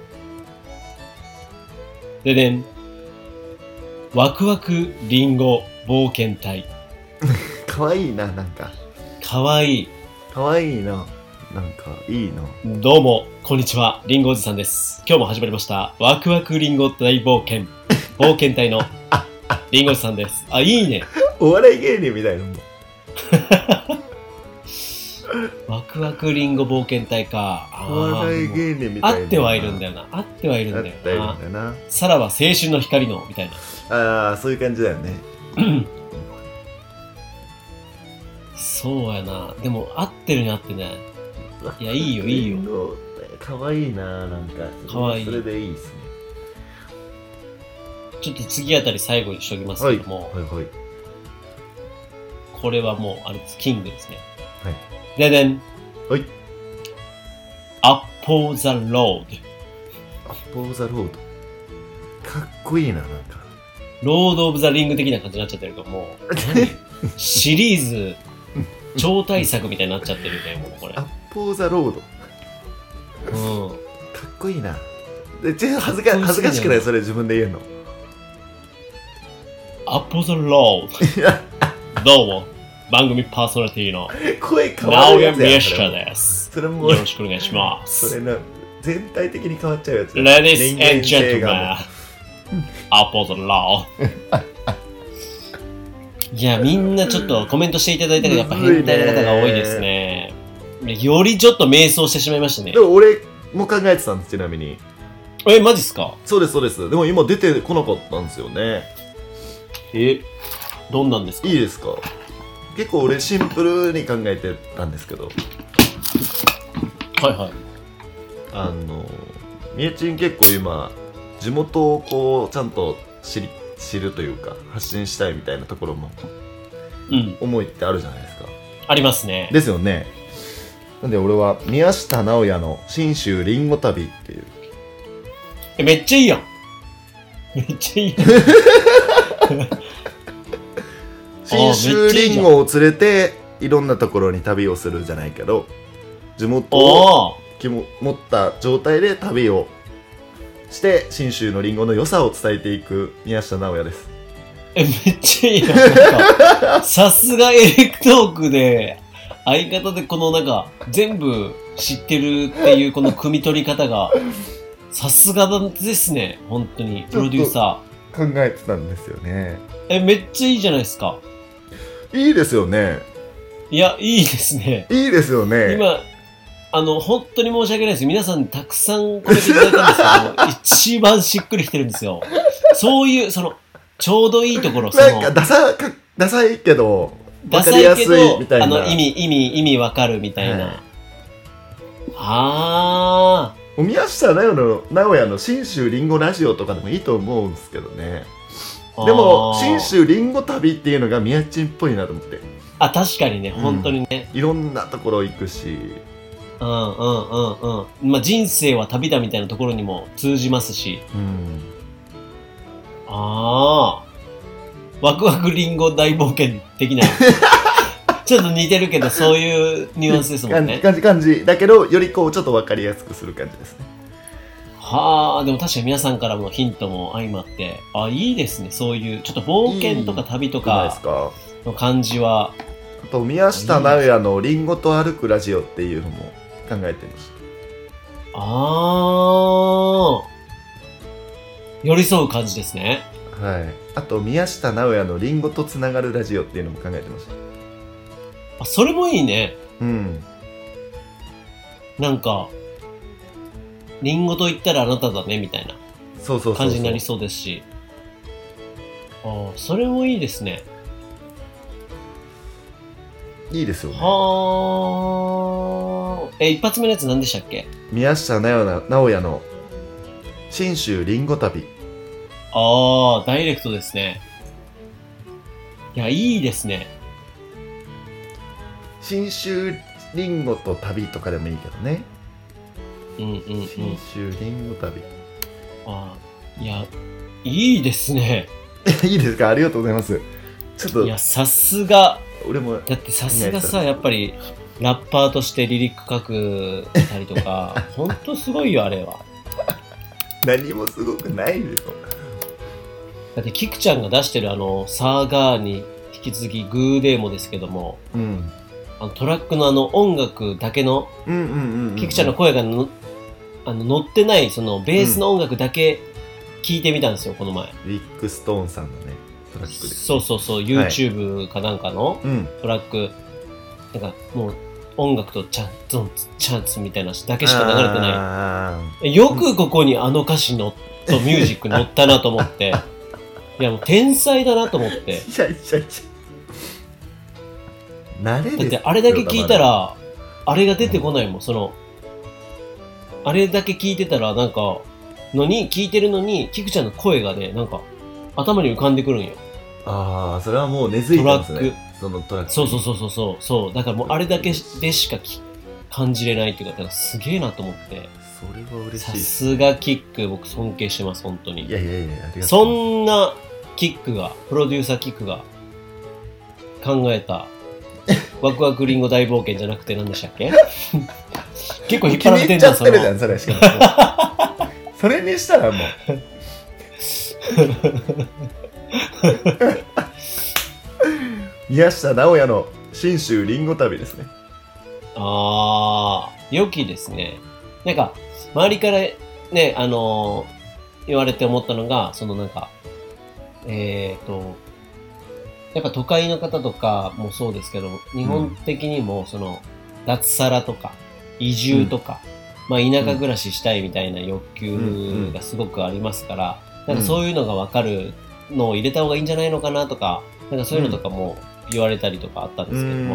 ででん。ワクワクリンゴ冒険隊。 かわいいな、なんか。 かわいい。 かわいいな。なんか、いいな。 どうも、こんにちは。リンゴおじさんです。今日も始まりました。ワクワクリンゴ大冒険。冒険隊のリンゴおじさんです。あ、いいね。 お笑い芸人みたいなもん。 ワクワクリンゴ冒険隊か。 お笑い芸人みたいな。 あってはいるんだよな。あってはいるんだよな。 あってはいるんだよな。 さらば青春の光の、みたいな。 ああ、そういう感じだよね。 そうやな。でも、合ってるに合ってね。いや、いいよ、いいよ。 かわいいな、なんか。 かわいい。 それでいいですね。 ちょっと次あたり最後にしておきますけども。 はい、はい、はい。 これはもう、あれです。キングですね。 はい。 ででん。 はい。 アッポーザロード。 アッポーザロード。かっこいいな、なんか。 ロード・オブ・ザ・リング的な感じになっちゃってるけども、シリーズ超大作みたいになっちゃってるね、もうこれ。 アッポーザロード。うん。 かっこいいな。で、ちょっと恥ずか恥ずかしくない？それ自分で言えんの。 アッポーザロード。どうも、番組パーソナリティの声変わるやつやん。 直哉ミシカです。 それもよろしくお願いします。 それな、全体的に変わっちゃうやつ。 Ladies and gentlemen、アッポーザロード。いや、みんなちょっとコメントしていただいたけど、やっぱ変態な方が多いですね。よりちょっと迷走してしまいましたね。 でも俺も考えてたんです、ちなみに。 え、マジっすか？ そうです、そうです。でも今出てこなかったんですよね。 え、どんなんですか？ いいですか？結構俺シンプルに考えてたんですけど。 はいはい。 あの、みえちん結構今、地元をこう、ちゃんと知り、知るというか、発信したいみたいなところも、 うん。 思いってあるじゃないですか。 ありますね。 ですよね。なんで俺は、宮下直哉の信州りんご旅っていう。 え、めっちゃいいやん。めっちゃいいやん。 信州りんごを連れていろんなところに旅をするじゃないけど、地元を気も持った状態で旅をして信州のリンゴの良さを伝えていく宮下直也です。 え、めっちゃいいな。なんかさすがエレクトークで相方でこのなんか全部知ってるっていうこの汲み取り方がさすがですね。本当にプロデューサー考えてたんですよね。 え、めっちゃいいじゃないですか。 いいですよね。 いや、いいですね。 いいですよね。 今あの本当に申し訳ないです。皆さんたくさんコメントいただいたんですけど一番しっくりきてるんですよ。そういうそのちょうどいいところ、そのなんかダサかダサいけどダサいけどみたいな、あの意味意味意味わかるみたいな、はい、ああ宮下直也の直哉の信州りんごラジオとかでもいいと思うんですけどね。でも信州りんご旅っていうのが宮地っぽいなと思って。 あ、確かにね、本当にね、 うん、いろんなところ行くし、 うんうんうんうん、まあ人生は旅だみたいなところにも通じますし、うん、ああワクワクリンゴ大冒険的なちょっと似てるけどそういうニュアンスですもんね。 感じ感じだけどよりこうちょっと分かりやすくする感じですね。 はあ、でも確かに皆さんからもヒントも相まって、あ、いいですね。そういうちょっと冒険とか旅とかの感じは。 あと宮下直也のリンゴと歩くラジオっていうのも考えてました。 ああ、寄り添う感じですね。 はい。あと宮下直也のリンゴとつながるラジオっていうのも考えてました。 あ、それもいいね。 うん。 なんかリンゴと言ったらあなただねみたいな感じになりそうですし、ああ、それもいいですね。 いいですよね。 はあ。え、一発目のやつ何でしたっけ？ 宮下直也の信州りんご旅。 ああ、ダイレクトですね。いや、いいですね。 信州りんごと旅とかでもいいけどね。 うんうんうん。 信州りんご旅。 ああ、いや、いいですね。 いいですか？ありがとうございます。ちょっと。 いや、さすが。 俺もだってさすがさ、やっぱりラッパーとしてリリック書くたりとかほんとすごいよあれは。 何もすごくないでしょ。 だってキクちゃんが出してるあのサーガーに引き続きグーデーモですけども、うん、あのトラックのあの音楽だけのキクちゃんの声がのあの乗ってないそのベースの音楽だけ聞いてみたんですよ、この前。 リックストーンさんのねトラックです。 そうそうそう、 YouTube かなんかのトラック、うん、なんかもう音楽とチャンツンチャンツみたいなだけしか流れてない。よくここにあの歌詞のとミュージック乗ったなと思っていやもう天才だなと思って。いやいやいや、慣れです。 だってあれだけ聞いたらあれが出てこないもん、うん、そのあれだけ聞いてたらなんかのに聞いてるのにキクちゃんの声がねなんか頭に浮かんでくるんよ。 ああ、それはもう根付いてますね。トラック、そのトラック。 そうそうそうそうそうそう。だからもうあれだけでしか感じれないっていうか、だからすげえなと思って。 それは嬉しい。 さすがキック、僕尊敬してます本当に。 いやいやいや、ありがとう。 そんなキックがプロデューサーキックが考えたワクワクリンゴ大冒険じゃなくて何でしたっけ？結構引っ張られてんじゃんそれ。気に入っちゃってるじゃんそれしかも。 それにしたらもう。宮下直也の信州りんご旅ですね。 ああ、良きですね。なんか周りからね、あのー、言われて思ったのが、そのなんかえっとやっぱ都会の方とかもそうですけど、日本的にもその脱サラとか移住とか、うん、まあ田舎暮らししたいみたいな欲求がすごくありますから、なんかそういうのが分かるのを入れた方がいいんじゃないのかなとか、なんかそういうのとかも言われたりとかあったんですけども、うん、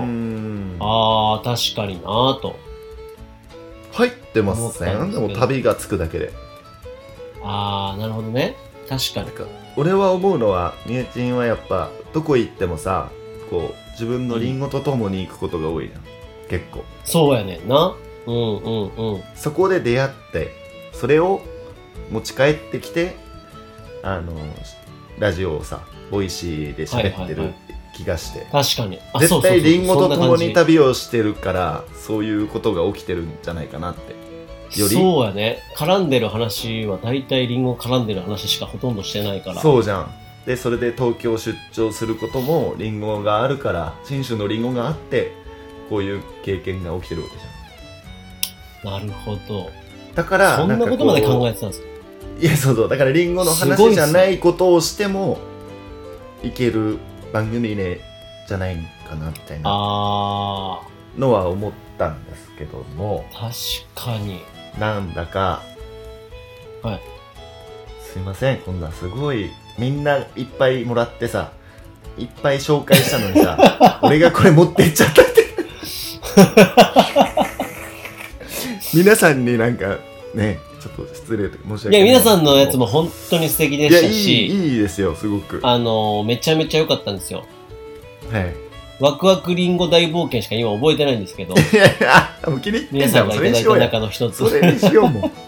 ああ確かになぁと入ってますね。でも旅がつくだけで。 ああなるほどね。確かに。 か俺は思うのはみゆちんはやっぱどこ行ってもさ、こう自分のリンゴと共に行くことが多いじゃん、うん、結構。 そうやねんな。うんうんうん。 そこで出会ってそれを持ち帰ってきて、あのラジオをさボイシーで喋ってる気がして、はいはいはい、 確かに。あ絶対リンゴと共に旅をしてるからそういうことが起きてるんじゃないかなってよりそうやね。絡んでる話は大体リンゴ絡んでる話しかほとんどしてないから。 そうじゃん。でそれで東京出張することもリンゴがあるから、信州のリンゴがあってこういう経験が起きてるわけじゃん。 なるほど。 だからそんなことまで考えてたんですか？ いや、そうそう。だからリンゴの話じゃないことをしてもいける番組ねじゃないかなみたいなあのは思ったんですけども、 ー、確かに。 なんだか、 はい。 すいません、こんなすごいみんないっぱいもらってさ、いっぱい紹介したのにさ俺がこれ持ってっちゃったって皆さんになんかね、ちょっと失礼と申し訳ない。 いや、皆さんのやつも本当に素敵でしたし、 いや、いい、いいですよ、すごく。 あのー、めちゃめちゃ良かったんですよ。 はい。 ワクワクリンゴ大冒険しか今覚えてないんですけど、 いやいや、もう気に入ってんだもん、 皆さんがいただいた中の一つ。 それにしようもん。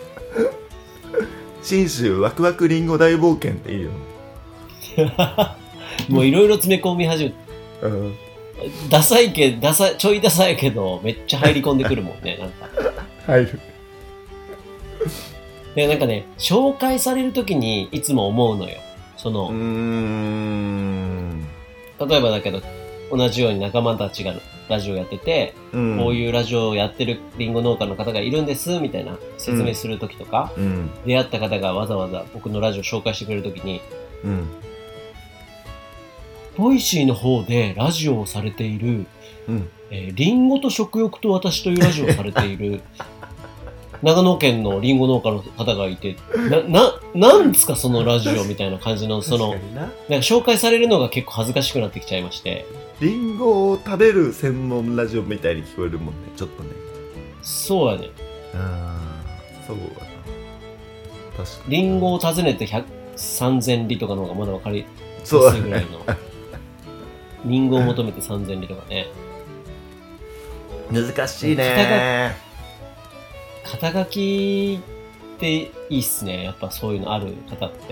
信州ワクワクリンゴ大冒険っていいよ。 もういろいろ詰め込み始めて、 うん、 ダサいけダサいちょいダサいけどめっちゃ入り込んでくるもんね。なんか入る。 でなんかね、紹介されるときにいつも思うのよ。そのうーん、 例えばだけど同じように仲間たちがラジオやってて、うん、こういうラジオをやってるリンゴ農家の方がいるんですみたいな説明するときとか、うん、出会った方がわざわざ僕のラジオ紹介してくれるときに、うん、ボイシーの方でラジオをされている、うんえー、リンゴと食欲と私というラジオをされている長野県のリンゴ農家の方がいて、な、な、なんですかそのラジオみたいな感じの、その、なんか紹介されるのが結構恥ずかしくなってきちゃいまして。 リンゴを食べる専門ラジオみたいに聞こえるもんね、ちょっとね。 そうやね。 ああ、そうだな。確かに。 リンゴを訪ねてさんぜんりとかの方がまだ分かりやすいぐらいの。リンゴを求めてさんぜんりとかね。 難しいね。 肩書きっていいっすね。やっぱそういうのある方って。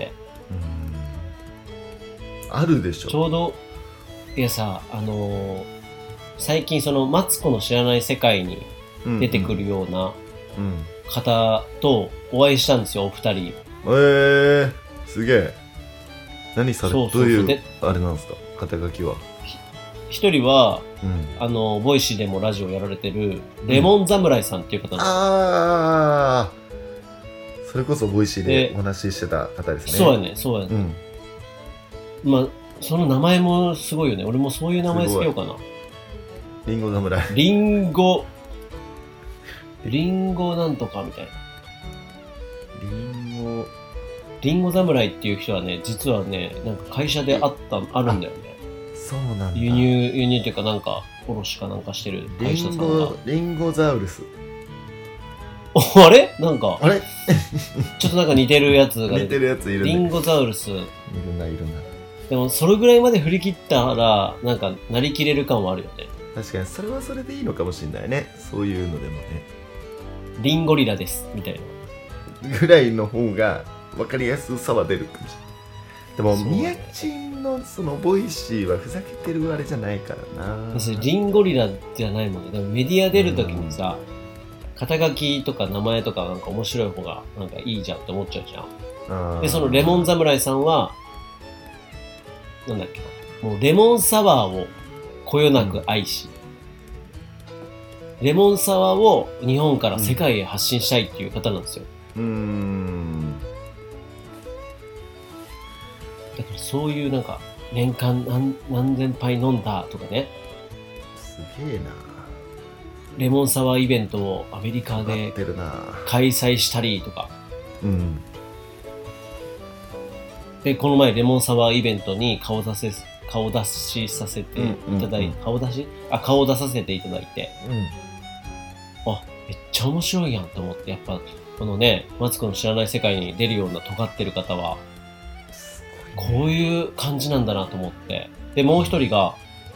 うん、あるでしょ。 ちょうど、いやさ、あのー、最近そのマツコの知らない世界に出てくるような方とお会いしたんですよ、お二人。 えー、すげえ。何されそうそうそう、 どういうあれなんですか、肩書きは。 一人は、うん、あのボイシーでもラジオやられてるレモン侍さんっていう方なんです、うん、 ああ、それこそボイシーでお話ししてた方ですね。 そうやね、そうやね、うん、まあその名前もすごいよね。俺もそういう名前つけようかな。 リンゴ侍。 リンゴリンゴなんとかみたいな。 リンゴリンゴ侍っていう人はね、実はね、なんか会社であったあるんだよね。 そうなんだ。 輸入輸入っていうかなんか卸かなんかしてる会社さんが。 リンゴリンゴザウルス。 あれなんかあれちょっとなんか似てるやつが似てるやついるね。 リンゴザウルス。いるな、いるな。 でもそれぐらいまで振り切ったらなんかなりきれる感はあるよね。 確かにそれはそれでいいのかもしれないね。そういうのでもね。 リンゴリラですみたいなぐらいの方が分かりやすさは出るかもしれない。でもミヤチンのそのボイシーはふざけてるあれじゃないからな。 リンゴリラじゃないもんね。でもメディア出るときにさ、肩書きとか名前とかなんか面白い方がなんかいいじゃんって思っちゃうじゃん。でそのレモン侍さんはなんだっけな、もうレモンサワーをこよなく愛し、うん、レモンサワーを日本から世界へ発信したいっていう方なんですよ。 うーん。 だからそういうなんか年間 何, 何千杯飲んだとかね。 すげえな。 レモンサワーイベントをアメリカで開催したりとか。うん。でこの前レモンサワーイベントに顔出せ顔出しさせていただいて、うんうんうん、顔出しあ顔出させていただいて、うん、あめっちゃ面白いやんと思って、やっぱこのねマツコの知らない世界に出るような尖ってる方はこういう感じなんだなと思って、でもう一人が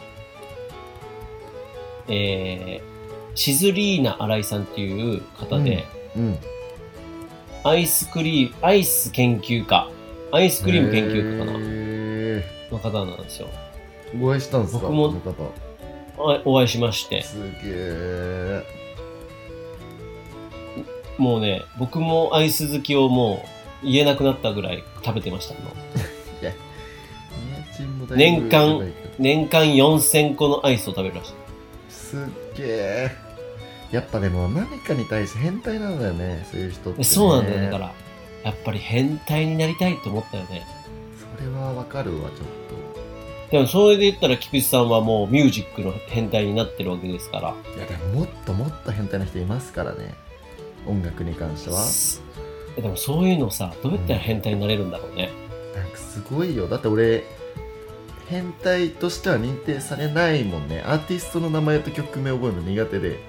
えー、シズリーナ新井さんっていう方で、うんうん、アイスクリームアイス研究家アイスクリーム研究家かなの方なんですよ。 お会いしたんですか？ 僕もの方お会いしまして。 すげえ。 もうね、僕もアイス好きをもう言えなくなったぐらい食べてましたもん。 いや、宮賃もだいぶ年間やばいけど年間よんせんこのアイスを食べるらしい。 すっげえ。やっぱでも何かに対して変態なんだよね、そういう人って、ね。 そうなんだよ。だからやっぱり変態になりたいと思ったよね。 それはわかるわ、ちょっでもそれで言ったら菊池さんはもうミュージックの変態になってるわけですから。 と。いや、でももっともっと変態な人いますからね、音楽に関しては。 でもそういうのさ、どうやったら変態になれるんだろうね。 なんかすごいよ。だって俺、変態としては認定されないもんね。アーティストの名前と曲名覚えるの苦手で。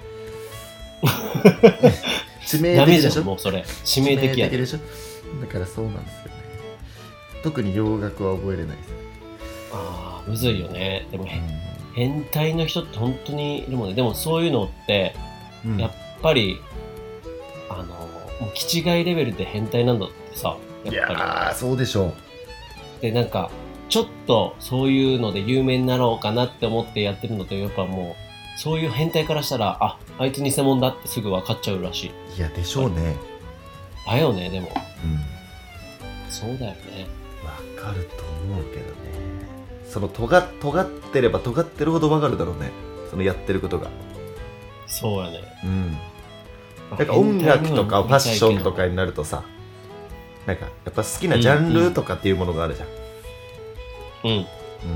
致命ダメじゃん、 的でしょ。 もうそれ。致命的やね。 致命でしょ。だからそうなんですよね。特に洋楽は覚えれないですね。 ああ、むずいよね。でも、 う変態の人って本当にいるもんね。でもそういうのって、 んうん、 やっぱり、あの、もう気違いレベルで変態なんだってさ、 いやっぱり。 やー、そうでしょう。 で、なんか、ちょっとそういうので有名になろうかなって思ってやってるのと、やっぱもう、そういう変態からしたら、あ、あいつ偽物だってすぐ分かっちゃうらしい。 いや、でしょうね。 だよね、でも。 うん。 そうだよね。 わかると思うけどね。その尖っ尖ってれば尖ってるほどわかるだろうね。そのやってることが。 そうやね。 うん。なんか音楽とかファッションとかになるとさ、なんかやっぱ好きなジャンルとかっていうものがあるじゃん。 うん。 うん。で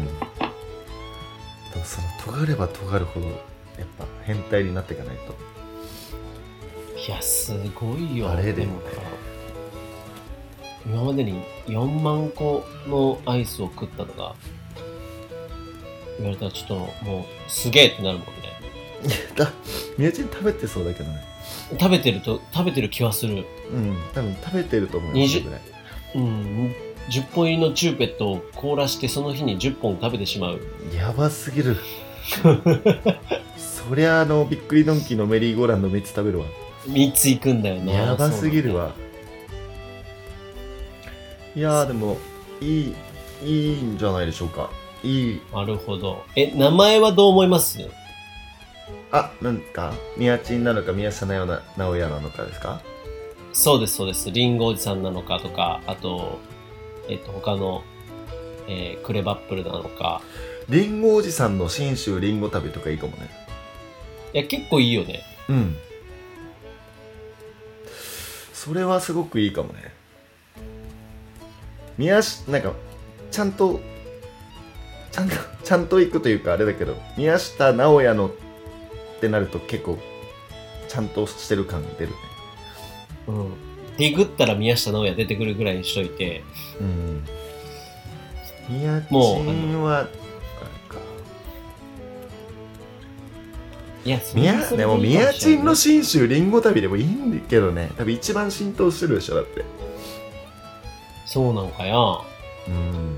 もその尖れば尖るほどやっぱ変態になっていかないと。 いや、すごいよ。 あれでも今までによんまんこのアイスを食ったのが、言われたらちょっともうすげえってなるもんね。 だ宮地食べてそうだけどね。 食べてると、食べてる気はする。 うん。多分食べてると思うよ。 にじゅうぐらい。 うん。じゅっぽん入りのチューペットを凍らしてその日にじゅっぽん食べてしまう。 やばすぎる。そりゃあのびっくりドンキーのメリーゴーランドみっつ食べるわ。 みっついくんだよな。 やばすぎるわ。いやーでもいいいいんじゃないでしょうか。いい。 なるほど。え、名前はどう思います？ あ、なんか宮地なのか宮下直哉なのかですか？ そうです、そうです。リンゴおじさんなのかとか、あと、えっと、他の、えークレバップルなのか。 リンゴおじさんの信州リンゴ旅とかいいかもね。 いや、結構いいよね。 うん。それはすごくいいかもね。宮下、なんか、ちゃんと、ちゃんと、ちゃんと行くというかあれだけど、宮下直哉のってなると結構、ちゃんとしてる感出るね。 うん。ディグったら宮下直哉出てくるぐらいにしといて。 うん。宮地もうは、あれか。 いや、それは宮、 それでもいいか宮しれない地の信州リンゴ旅でもいいんだけどね。多分一番浸透してるでしょ、だって。 そうなんかや。 うん。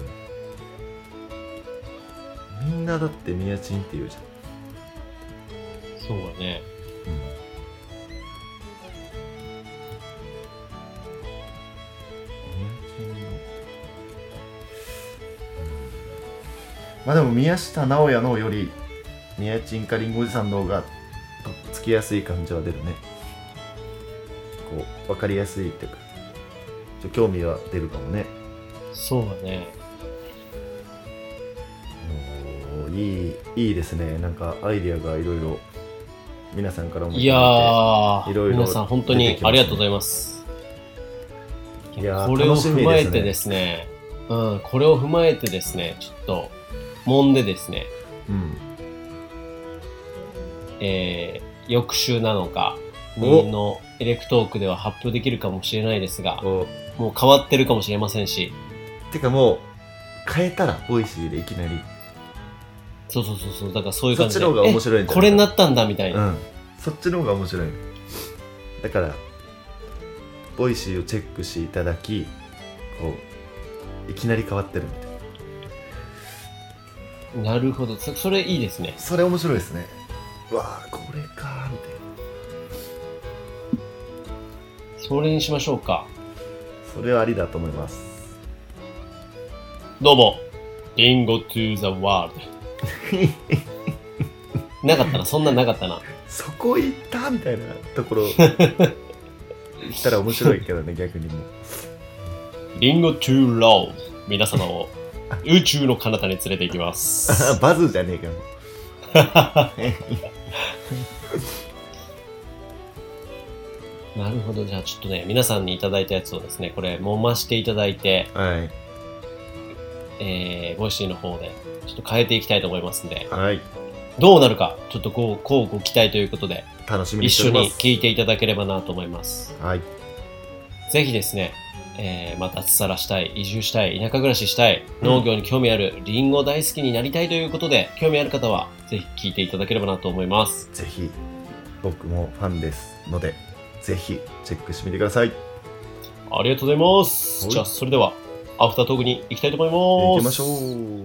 みんなだって宮地って言うじゃん。 そうだね。 まあでも宮下直哉のより宮地かりんごおじさんの方がとっつきやすい感じは出るね。こう分かりやすいっていうかちょ興味は出るかもね。 そうだね。 おーいいいいですね。なんかアイディアがいろいろ皆さんからもいやー、 いろいろ皆さん本当にありがとうございます。 いやーこれを楽しみ踏まえてですねですね、うん、これを踏まえてですね、ちょっと、揉んでですね、 うんえー、翌週なのかおにのエレクトークでは発表できるかもしれないですが、 おもう変わってるかもしれませんし、 てかもう変えたらボイシーでいきなりそうそうそうそう、だからそういう感じで、 そっちの方が面白いんじゃないえこれになったんだみたいな。 うんそっちの方が面白いだからボイシーをチェックしていただきこういきなり変わってるみたいな。 なるほど、そそれいいですね。 それ面白いですね。うわあこれかーみたいな。 それにしましょうか。 それはありだと思います。 どうも、Bingo to the world。なかったな、そんなんなかったな。 そこ行ったみたいなところできたら面白いけどね、逆にもう。 リンゴトゥーロー、皆様を宇宙の彼方に連れて行きます。 バズじゃねえかよ。 なるほど。じゃあちょっとね、皆さんにいただいたやつをですね、これ揉ましていただいて、 はい。 えー、ボイシーの方でちょっと変えていきたいと思いますんで、 はい。 どうなるか、ちょっとこう、こうご期待ということで、 楽しみに一緒しております。 に聞いていただければなと思います。 はい。 ぜひですね、えー、また脱サラしたい、移住したい、田舎暮らししたい、農業に興味ある、リンゴ大好きになりたいということで、興味ある方は、ぜひ聞いていただければなと思います。 ぜひ、僕もファンですので、ぜひチェックしてみてください。 ありがとうございます。じゃあ、それでは、アフタートークに行きたいと思います。 行きましょう。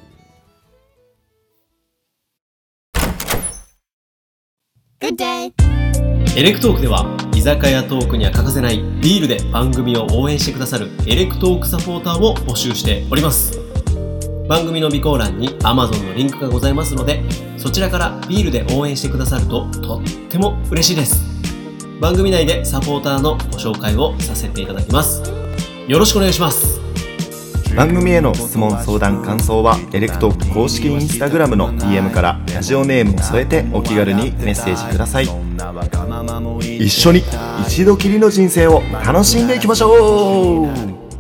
Good day! エレクトークでは居酒屋トークには欠かせないビールで番組を応援してくださるエレクトークサポーターを募集しております。番組の備考欄に Amazon のリンクがございますので、そちらからビールで応援してくださるととっても嬉しいです。番組内でサポーターのご紹介をさせていただきます。よろしくお願いします。 番組への質問相談感想はエレクトーク公式インスタグラムの ディーエム からラジオネームを添えてお気軽にメッセージください。一緒に一度きりの人生を楽しんでいきましょう。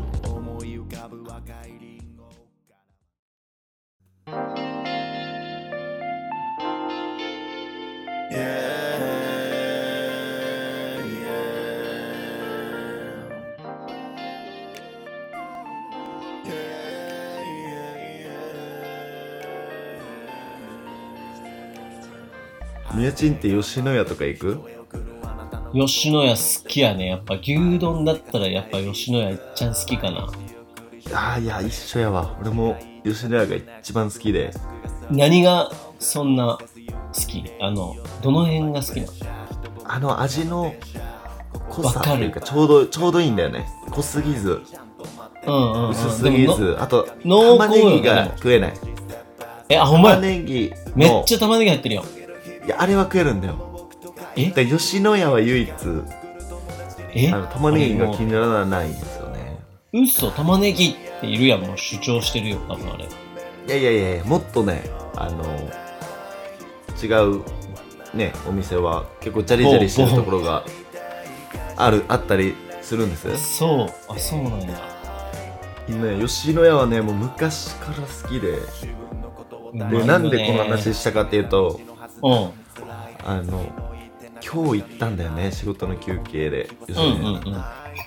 みやちんって吉野家とか行く？ 吉野家好きやね。やっぱ牛丼だったらやっぱ吉野家いっちゃん好きかな。 ああ、いや一緒やわ。俺も吉野家が一番好きで。 何がそんな好き？あのどの辺が好きなの？ あの味の濃さというかちょうどちょうどいいんだよね。濃すぎず、 うんうんうん、 薄すぎず、あと濃玉ねぎが食えない。 え、あ、ほんまや。 玉ねぎめっちゃ玉ねぎ入ってるよ。 いや、あれは食えるんだよ。 え？ で吉野家は唯一えあの玉ねぎが気にならないんですよね。 嘘、玉ねぎっているやん。もう主張してるよ、多分あれ。 いやいやいや、もっとね、あの違うねお店は結構ジャリジャリしてるところがあるあったりするんです。 そう、あ、そうなんや。 ね、吉野家はねもう昔から好きで、でなんでこの話したかっていうと、 うん、 あの今日行ったんだよね、仕事の休憩で吉野家、うんうんうん、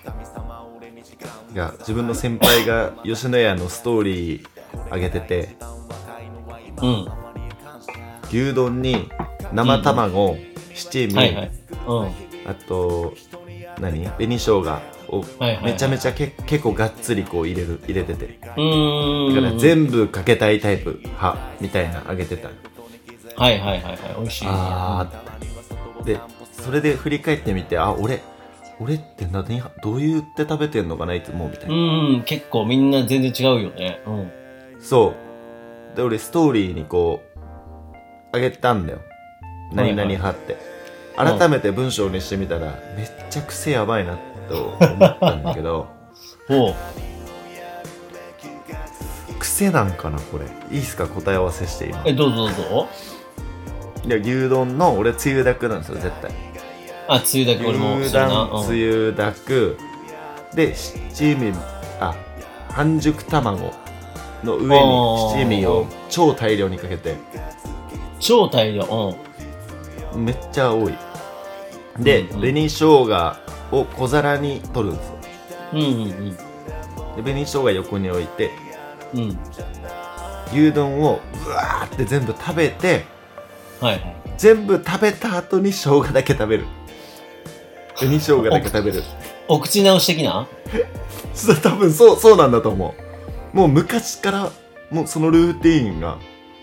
が自分の先輩が吉野家のストーリー上げてて、 うん、 牛丼に生卵、うん、七味、はいはい、 うん、 あと何紅生姜をめちゃめちゃけ、はいはいはい、結構がっつりこう入れる入れてて、 うーん、 だから全部かけたいタイプ派みたいなあげてた。 はいはいはいはい、美味しい、ね。 あーでそれで振り返ってみて、あ俺俺って何どう言って食べてんのかないつもみたいな。 うん結構みんな全然違うよね。うん。 そうで俺ストーリーにこうあげたんだよ。何々派って、はいはい、改めて文章にしてみたら、うん、めっちゃ癖やばいなと思ったんだけどほう癖なんかなこれ。いいっすか答え合わせして今。 えどうぞどうぞ。 いや牛丼の俺つゆだくなんですよ絶対。 あつゆだく俺も牛丼つゆだく、うん、で七味あ半熟卵の上に七味を超大量にかけて。 超大量、 うん、めっちゃ多いで、うんうん、紅生姜を小皿に取るんですよ、 うんうんうん、で紅生姜横に置いて、 うん、 牛丼をブワーって全部食べて、 はいはい、 全部食べた後に生姜だけ食べる。紅生姜だけ食べるお, お口直し的な多分そうそうなんだと思う。もう昔からもうそのルーティーンが。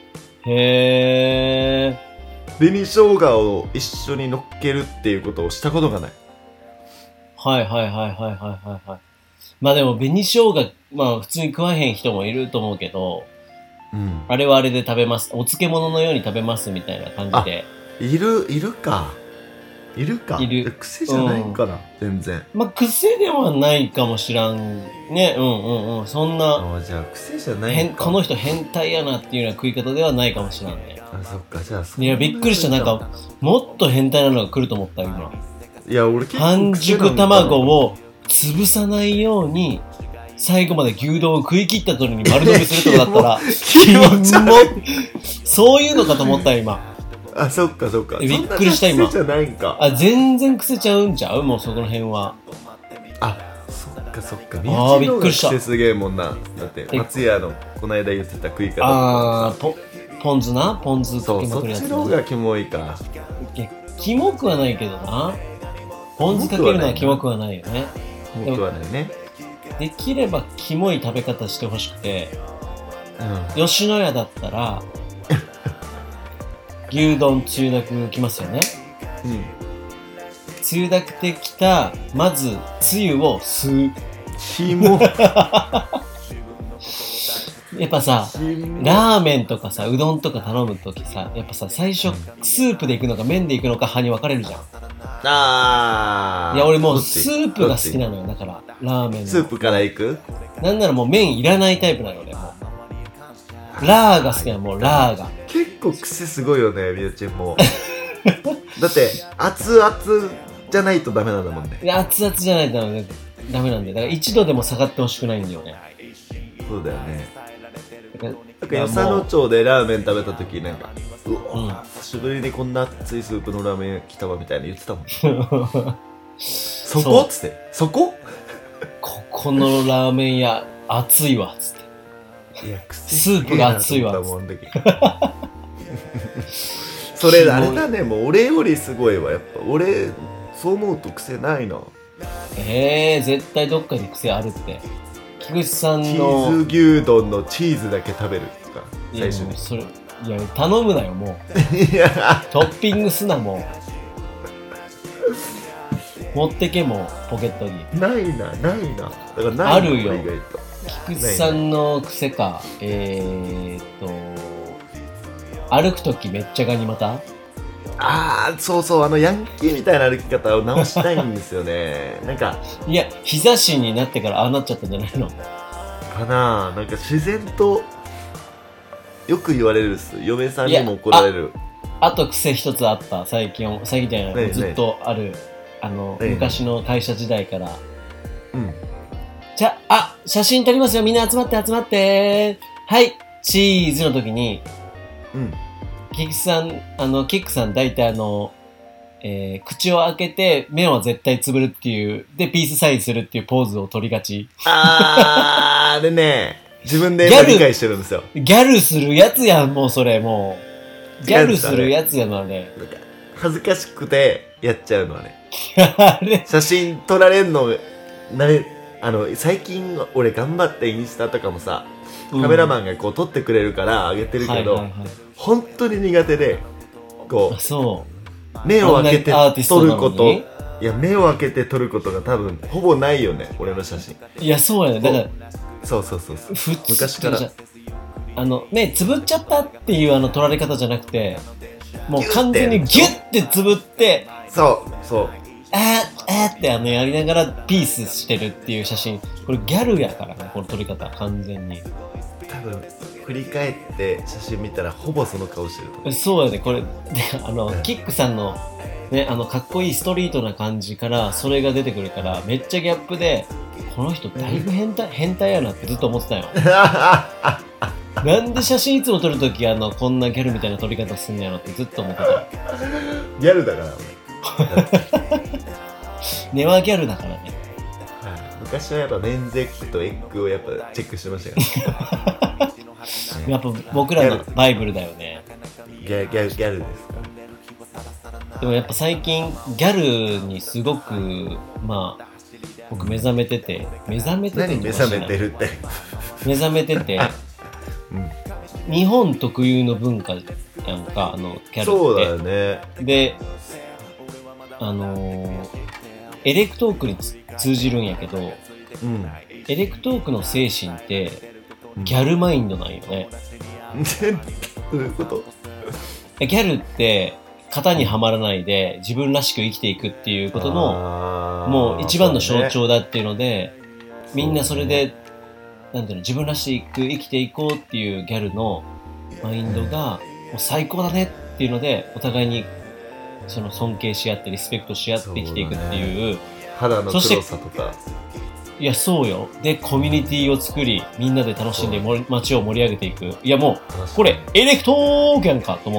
へー。 紅生姜を一緒に乗っけるっていうことをしたことがない。 はいはいはいはいはいはいはい。まあでも紅生姜まあ普通に食わへん人もいると思うけど、うん、あれはあれで食べます。お漬物のように食べますみたいな感じで。 いるいるか。 いるか。 いる癖じゃないんかな、うん、全然。 まあ癖ではないかもしらんね。うんうんうん。そんなあじゃあ癖じゃないんか。 この人変態やなっていうような食い方ではないかもしらんね。 あそっか。じゃあそいやびっくりした。なんかもっと変態なのが来ると思った今。 いや俺結構半熟卵を潰さないように最後まで牛丼を食い切った後に丸飲みするとかだったら気持ち悪い。 そういうのかと思った今。 あそっかそっか。 びっくりした今。 そんな癖じゃないんか。 あ全然癖ちゃうんちゃうもうそこの辺は。 あそっかそっか。 あーびっくりした。 癖すげえもんな。だって松屋のこの間言ってた食い方。 ああポポン酢なポン酢かけまくるやつ、ね、 そうそっちの方がキモいか。 キモくはないけどな。ポン酢かけるのはキモくはないよね。 キモくはないね。 できればキモい食べ方してほしくて、 うん、 吉野家だったら牛丼つゆだくきますよね。 うん。 つゆだくできたまずつゆを吸う。 キモ。 やっぱさラーメンとかさうどんとか頼むときさやっぱさ最初スープでいくのか麺でいくのか派に分かれるじゃん。 あーいや俺もうスープが好きなのよ。だからラーメンのスープからいく。 なんならもう麺いらないタイプなの俺もうラーが好きなの。もうラーが結構癖すごいよねみなちゃんも。だって熱々じゃないとダメなんだもんね。 熱々じゃないとダメダメなんでだから一度でも下がってほしくないんだよね。 そうだよね。 だなんか与謝野町でラーメン食べた時なんかうわ、 うん、 久しぶりにこんな熱いスープのラーメン来たわみたいな言ってたもん。そこっつってそこここのラーメン屋熱いわっつって。 いやスープが熱いわっつって。 それあれだね。もう俺よりすごいわやっぱ。俺そう思うと癖ないな。 えー、絶対どっかに癖あるって。菊池さんのチーズ牛丼のチーズだけ食べるとか最初に。 それいや頼むなよもう。 いやトッピングすなもう。持ってけもうポケットに。 ないなないな。だからないあるよ。 意外と菊池さんの癖か。えーっと歩くときめっちゃガニ股。 ああそうそう。あのヤンキーみたいな歩き方を直したいんですよね。なんかいや膝しになってからああなっちゃったんじゃないのかな。なんか自然とよく言われるっす。嫁さんにも怒られる。 あ, あと癖一つあった。最近最近じゃない、 ね、 ずっとあるあの、ね、昔の会社時代から、 うん、 じゃあ写真撮りますよみんな集まって集まってはいチーズの時に、 うん、 キックさんあのキックさん大体あの、えー、口を開けて目は絶対つぶるっていうでピースサインするっていうポーズを取りがち。 あーあれね自分で理解してるんですよ。 ギャルするやつやんもうそれもうギャルするやつやのあれ。 恥ずかしくてやっちゃうのはね。 あれ写真撮られんのなれあの最近俺頑張ってインスタとかもさカメラマンがこう撮ってくれるから上げてるけど、 はいはいはい、 本当に苦手でこうそう目を開けて撮ること、いや目を開けて撮ることが多分ほぼないよね俺の写真。 いやそうやね。だからそうそうそうそう普通昔からあの目つぶっちゃったっていうあの撮られ方じゃなくてもう完全にギュッてつぶってそうそうあーあーってあのやりながらピースしてるっていう写真。これギャルやからねこの撮り方完全に。 多分振り返って写真見たらほぼその顔してると思う。 そうやねこれであの、うん、キックさんのねあのかっこいいストリートな感じからそれが出てくるからめっちゃギャップでこの人だいぶ変態、うん、変態やなってずっと思ってたよ。なんで写真いつも撮るときあのこんなギャルみたいな撮り方すんのやろってずっと思ってた。 ギャルだから俺ネワギャルだからね。 昔はやっぱメンズエッグとエッグをやっぱチェックしてましたから、ね、 やっぱ僕らのバイブルだよね。 ギャギャギャルですか。 でもやっぱ最近ギャルにすごくまあ僕目覚めてて目覚めてて何目覚めてるって目覚めてて、うん、日本特有の文化やんかあのギャルって。 そうだよね。 であのー、エレクトークに通じるんやけど、うん、エレクトークの精神ってギャルマインドなんよね。 どういうこと？ ギャルって型にはまらないで自分らしく生きていくっていうことのもう一番の象だ徴だっていうので、みんなそれでなんていうの、自分らしく生きていこうっていうギャルのマインドがもう最高だねっていうので、お互いにその尊敬し合ってリスペクトし合って生きていくっていう、 肌の黒さとか、 いやそうよ。でコミュニティを作り、みんなで楽しんでも街を盛り上げていく。いやもうこれエレクトーギャンかと思って。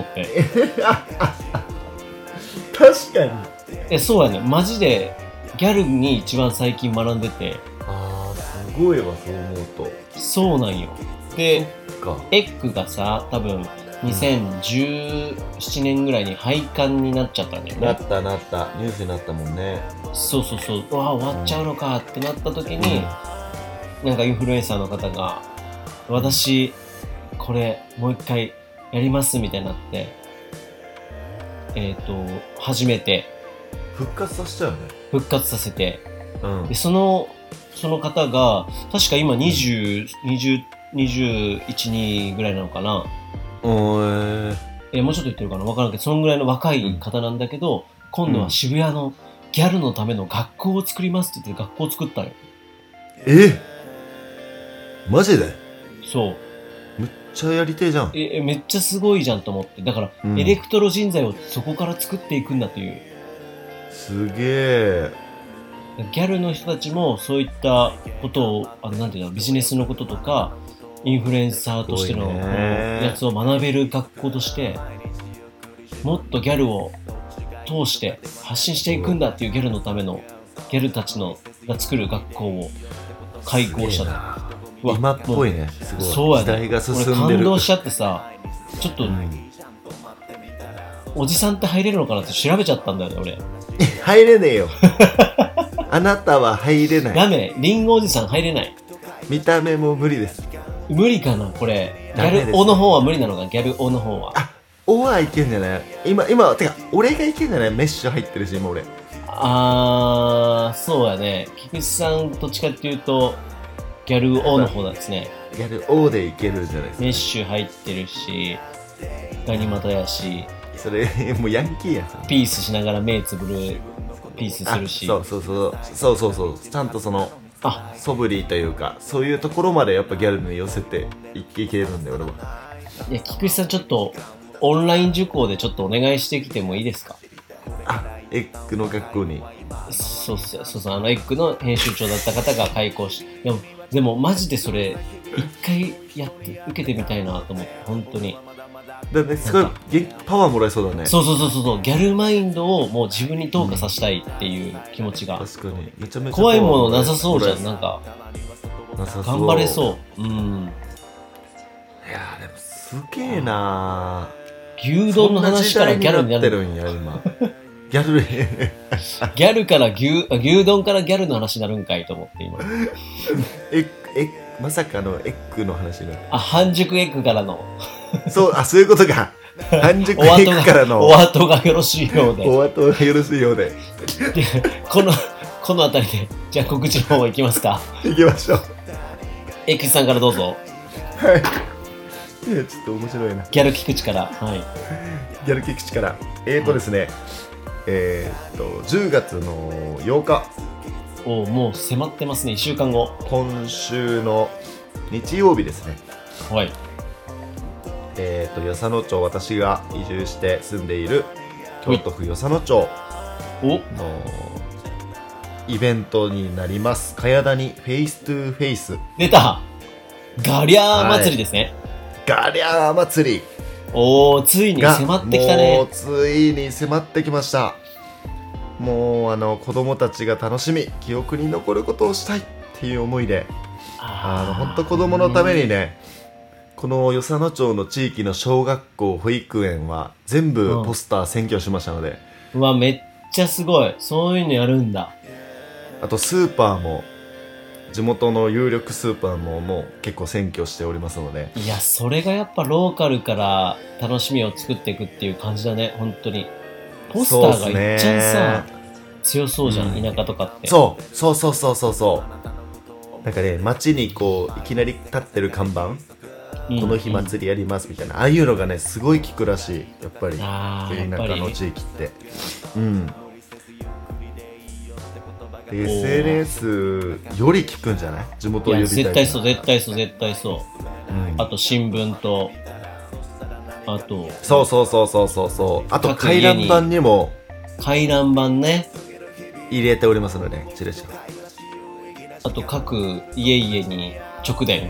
確かに。 えそうやね、マジでギャルに一番最近学んでて。 あーすごいわ、そう思うと。 そうなんよ。でかエッグがさ、多分にせんじゅうななねんぐらいに廃刊になっちゃったんだよね。 なったなった、ニュースになったもんね。 そうそうそう、うわ終わっちゃうのかってなった時に、うん、なんかインフルエンサーの方が私これもう一回やりますみたいになって、えっと初めて復活させちゃうね。 復活させて、 うん、 でそのその方が確か今にじゅう、にじゅう、にじゅういち、にぐらいなのかな。 おーえー、もうちょっと言ってるかな、分からんけど、そのぐらいの若い方なんだけど、うん、今度は渋谷のギャルのための学校を作りますって言って学校を作ったよ。 えマジで？ そう。 めっちゃやりてえじゃん。 え、めっちゃすごいじゃんと思って。だから、うん、エレクトロ人材をそこから作っていくんだという。 すげえ。 ギャルの人たちもそういったことを、あの、なんていうの、ビジネスのこととか、インフルエンサーとしてのやつを学べる学校として、もっとギャルを通して発信していくんだっていうギャルのための、ギャルたちのが作る学校を開校したと。 今っぽいね。すごい。 そうやね。 時代が進んでる。 俺感動しちゃってさ、ちょっと、うん、おじさんって入れるのかなって調べちゃったんだよね、俺。 入れねえよ。あなたは入れない。 ダメ、リンゴおじさん入れない。 見た目も無理です。 無理かな、これ。ギャルオの方は無理なのか、ギャルオの方は。 あ、オはいけんじゃない？今、今、てか、俺がいけんじゃない？メッシュ入ってるし、今俺。 あー、そうやね。菊池さん、どっちかっていうと、ギャルオの方なんですね。 ギャルオでいけるじゃないですか。 メッシュ入ってるし、ガニ股やし。 それ、もうヤンキーやん。 ピースしながら目つぶる、ピースするし。 そうそうそう。そうそうそう。ちゃんとその、あ、ソブリーというか、そういうところまでやっぱギャルに寄せていけるんだよ、俺は。 いや、菊池さん、ちょっと、オンライン受講でちょっとお願いしてきてもいいですか？ あ、エッグの学校に。 そうそうそうそう、あのエッグの編集長だった方が開講し、でも、でもマジでそれ、一回やって、受けてみたいなと思って、本当に。 だね、すごいパワーもらえそうだね。 そうそうそうそう、ギャルマインドをもう自分に投下させたいっていう気持ちが。 確かに。めちゃめちゃ怖いものなさそうじゃん、なんか。 なさそう。 頑張れそう。うん。いやー、でもすげえなー。牛丼の話からギャルになってるんや、今。ギャルギャルから牛、牛丼からギャルの話になるんかいと思って今。 え、え、まさかのエッグの話になる。 あ、半熟エッグからの。 そう、あ、そういうことか。半熟エッグからの。 お後がよろしいようで。 お後がよろしいようで。 で、この、このあたりで、じゃあ告知の方行きますか。 行きましょう。 エッグさんからどうぞ。 はい。いや、ちょっと面白いな。 ギャル菊池から。はい。 ギャル菊池から。えーとですね、はい、えーっと、じゅうがつのようか。 おお、もう迫ってますね、いっしゅうかんご。 今週の日曜日ですね。 はい。 えーと、与謝野町、私が移住して住んでいる京都府与謝野町のイベントになります。かやだにフェイストゥフェイス。 出たガリャー祭りですね。 はい、ガリャー祭り。 おー、ついに迫ってきたね。 もうついに迫ってきました。もうあの子供たちが楽しみ、記憶に残ることをしたいっていう思いで、あの本当子供のためにね、この与謝野町の地域の小学校、保育園は全部ポスター占拠しましたので、 うん、うわ、めっちゃすごい。そういうのやるんだ。 あとスーパーも、地元の有力スーパーももう結構占拠しておりますので。 いや、それがやっぱローカルから楽しみを作っていくっていう感じだね、本当に。ポスターがいっちゃんさ、強そうじゃん、うん、田舎とかって。 そうそうそうそうそうそう。なんかね、街にこういきなり立ってる看板この日祭りやりますみたいな、ああいうのがねすごい効くらしい、やっぱりあー田舎の地域ってうんで エスエヌエス より効くんじゃない、地元を呼びたいいや絶対そう絶対そう絶対そう、 うんあと新聞とあとそうそうそうそうそうそうあと各家に回覧板にも回覧板ね、 入れておりますのでチラシをあと各家々に直電。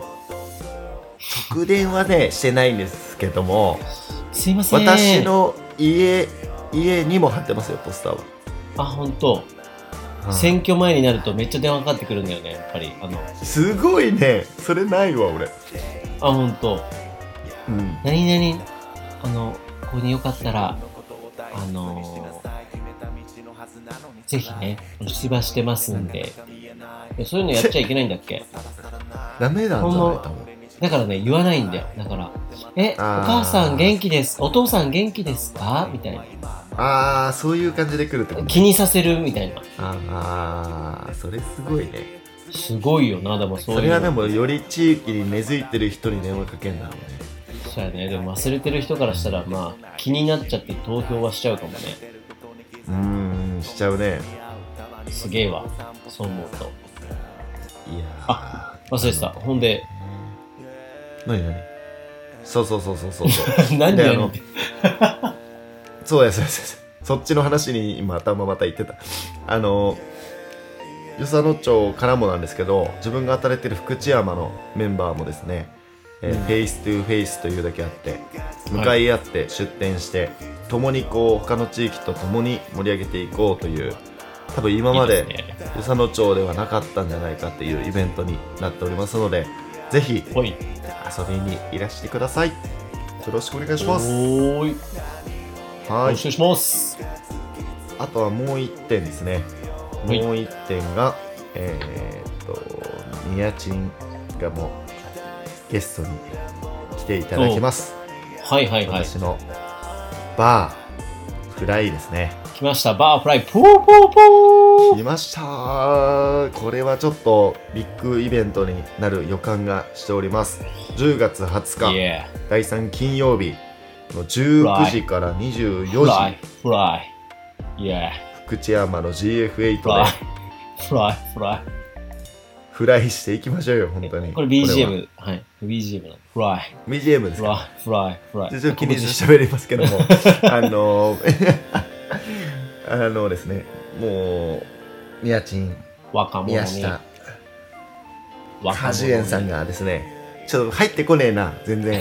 直電はねしてないんですけども、 すいません。 私の家家にも貼ってますよポスターは、 あ、本当。 うん選挙前になるとめっちゃ電話かかってくるんだよね、やっぱり。あの、 すごいね、それないわ俺。 あ、本当。 うん何々、あの、ここによかったら、あのー、ぜひね、出馬してますんで。えそういうのやっちゃいけないんだっけ？ ダメなんじゃない多分。 だからね、言わないんだよ。だから、え、おあー母さん元気です。お父さん元気ですかみたいな。 ああそういう感じで来るってこと。 気にさせるみたいな。 ああそれすごいね。 すごいよな、でもそういうの。 それはでもより地域に根付いてる人に電話かけんだろうね。 そうやね。でも忘れてる人からしたら、まあ、気になっちゃって投票はしちゃうかもね。 うーんしちゃうね。 すげえわ。そう思うと。 いやあ、忘れてた。ほんで、 ー何何そうそうそうそうそうそう何であのでやるそうやそうやそうやそっちの話に今頭また言ってた。あの与謝野町からもなんですけど、自分が働いてる福知山のメンバーもですね、えーうんフェイストゥフェイスというだけあって向かい合って出店して、共にこう他の地域と共に盛り上げていこうという、多分今までいいですね与謝野町ではなかったんじゃないかっていうイベントになっておりますので、ぜひほい。 遊びにいらしてください。よろしくお願いします。 おーい。よはいろしくお願いします。 あとはもう一点ですね。 はいもう一点が、えー、っと、ニヤチンがもうゲストに来ていただきます。 はいはいはい。 私のバー、フライですね。 来ました。バーフライ。ポーポーポー。 来ましたー。これはちょっとビッグイベントになる予感がしております。じゅうがつはつか、 Yeah。 だいさん金曜日のじゅうくじからにじゅうよじ、 フライ。フライ。Yeah。 福知山の ジーエフエイト でフライ。フライ。フライ。 フライしていきましょうよ、本当に。 これ ビージーエこム。はい。ビージーエム なの。フライ。 れは ビージーエム ですか。 フライ。フライ。フライ。 ちょっと気にして喋りますけどもあのあのですね、もうみやちん若者に。 宮下若者に果樹園さんがですね、ちょっと入ってこねえな全然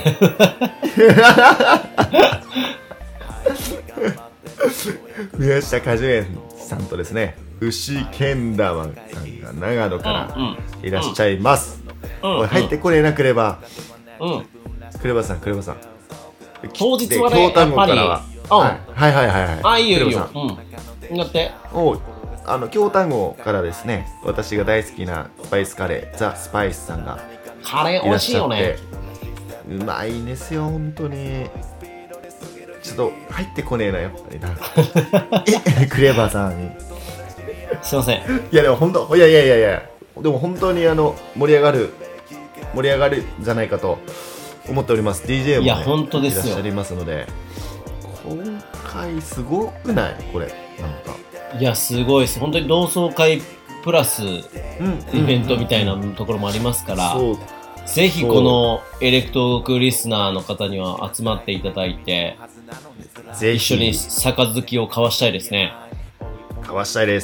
宮下果樹園さんとですね、牛けん玉さんが長野かうんうんらいらっしゃいます。 うんおい入ってこねえなクレバうん。 クレバさんクレバさん当日はね京丹後からはやっはいはいはいはいはいあ、いいよいいクレバさ。んようん。だって。 おあの京丹後からですね、私が大好きなスパイスカレーザ・スパイスさんがカレー美味しいいらっしゃって、 よね。 うまいんですよ本当に。ちょっと入ってこねえなやっぱりなえクレバーさんにすいません。 いやでも本当いやいやいやいやでも本当にあの盛り上がる盛り上がるんじゃないかと思っております。 ディージェー も、ね、 いや本当ですよいらっしゃいますので、今回すごくないこれなんかいや、すごいです。本当に同窓会プラスイうんベントみたいなところもありますから、 そうぜひこのエレクトークリスナーの方には集まっていただいて、 ぜ一緒にひ杯を交わしたいですね。 交わしたいです。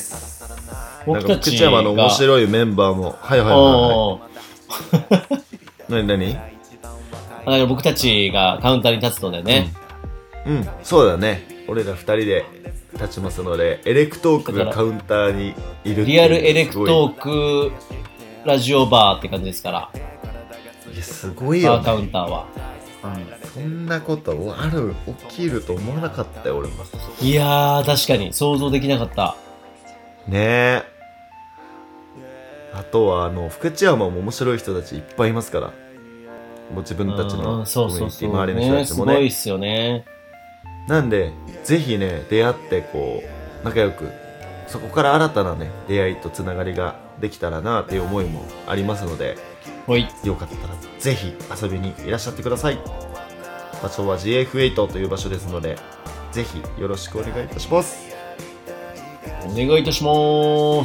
僕たちなんか福知山の面が、 白いメンバーもはいはいはいおーはい何何だから僕たちがカウンターに立つのでね、 うんそうだね、俺ら二人で立ちますので、エレクトークがカウンターにいるっていうリアルエレクトすークラジオバーって感じですから、 ごいいやすごいよ、 バーカね、 ウンターは。 そんなことある起きると思わなかったよ俺もいやー、確かに想像できなかった。 ねえ。あとはあの福知山も面白い人たちいっぱいいますから、もう自分たちのうんそコミュニティうそうそう。ね、 周りの人たちすごいもねっすよね。 なんでぜひね出会ってこう仲良く、そこから新たなね出会いとつながりができたらなという思いもありますので、 ほい。 よかったらぜひ遊びにいらっしゃってください。場所は ジーエフエイト という場所ですので、ぜひよろしくお願いいたします。 お願いいたします。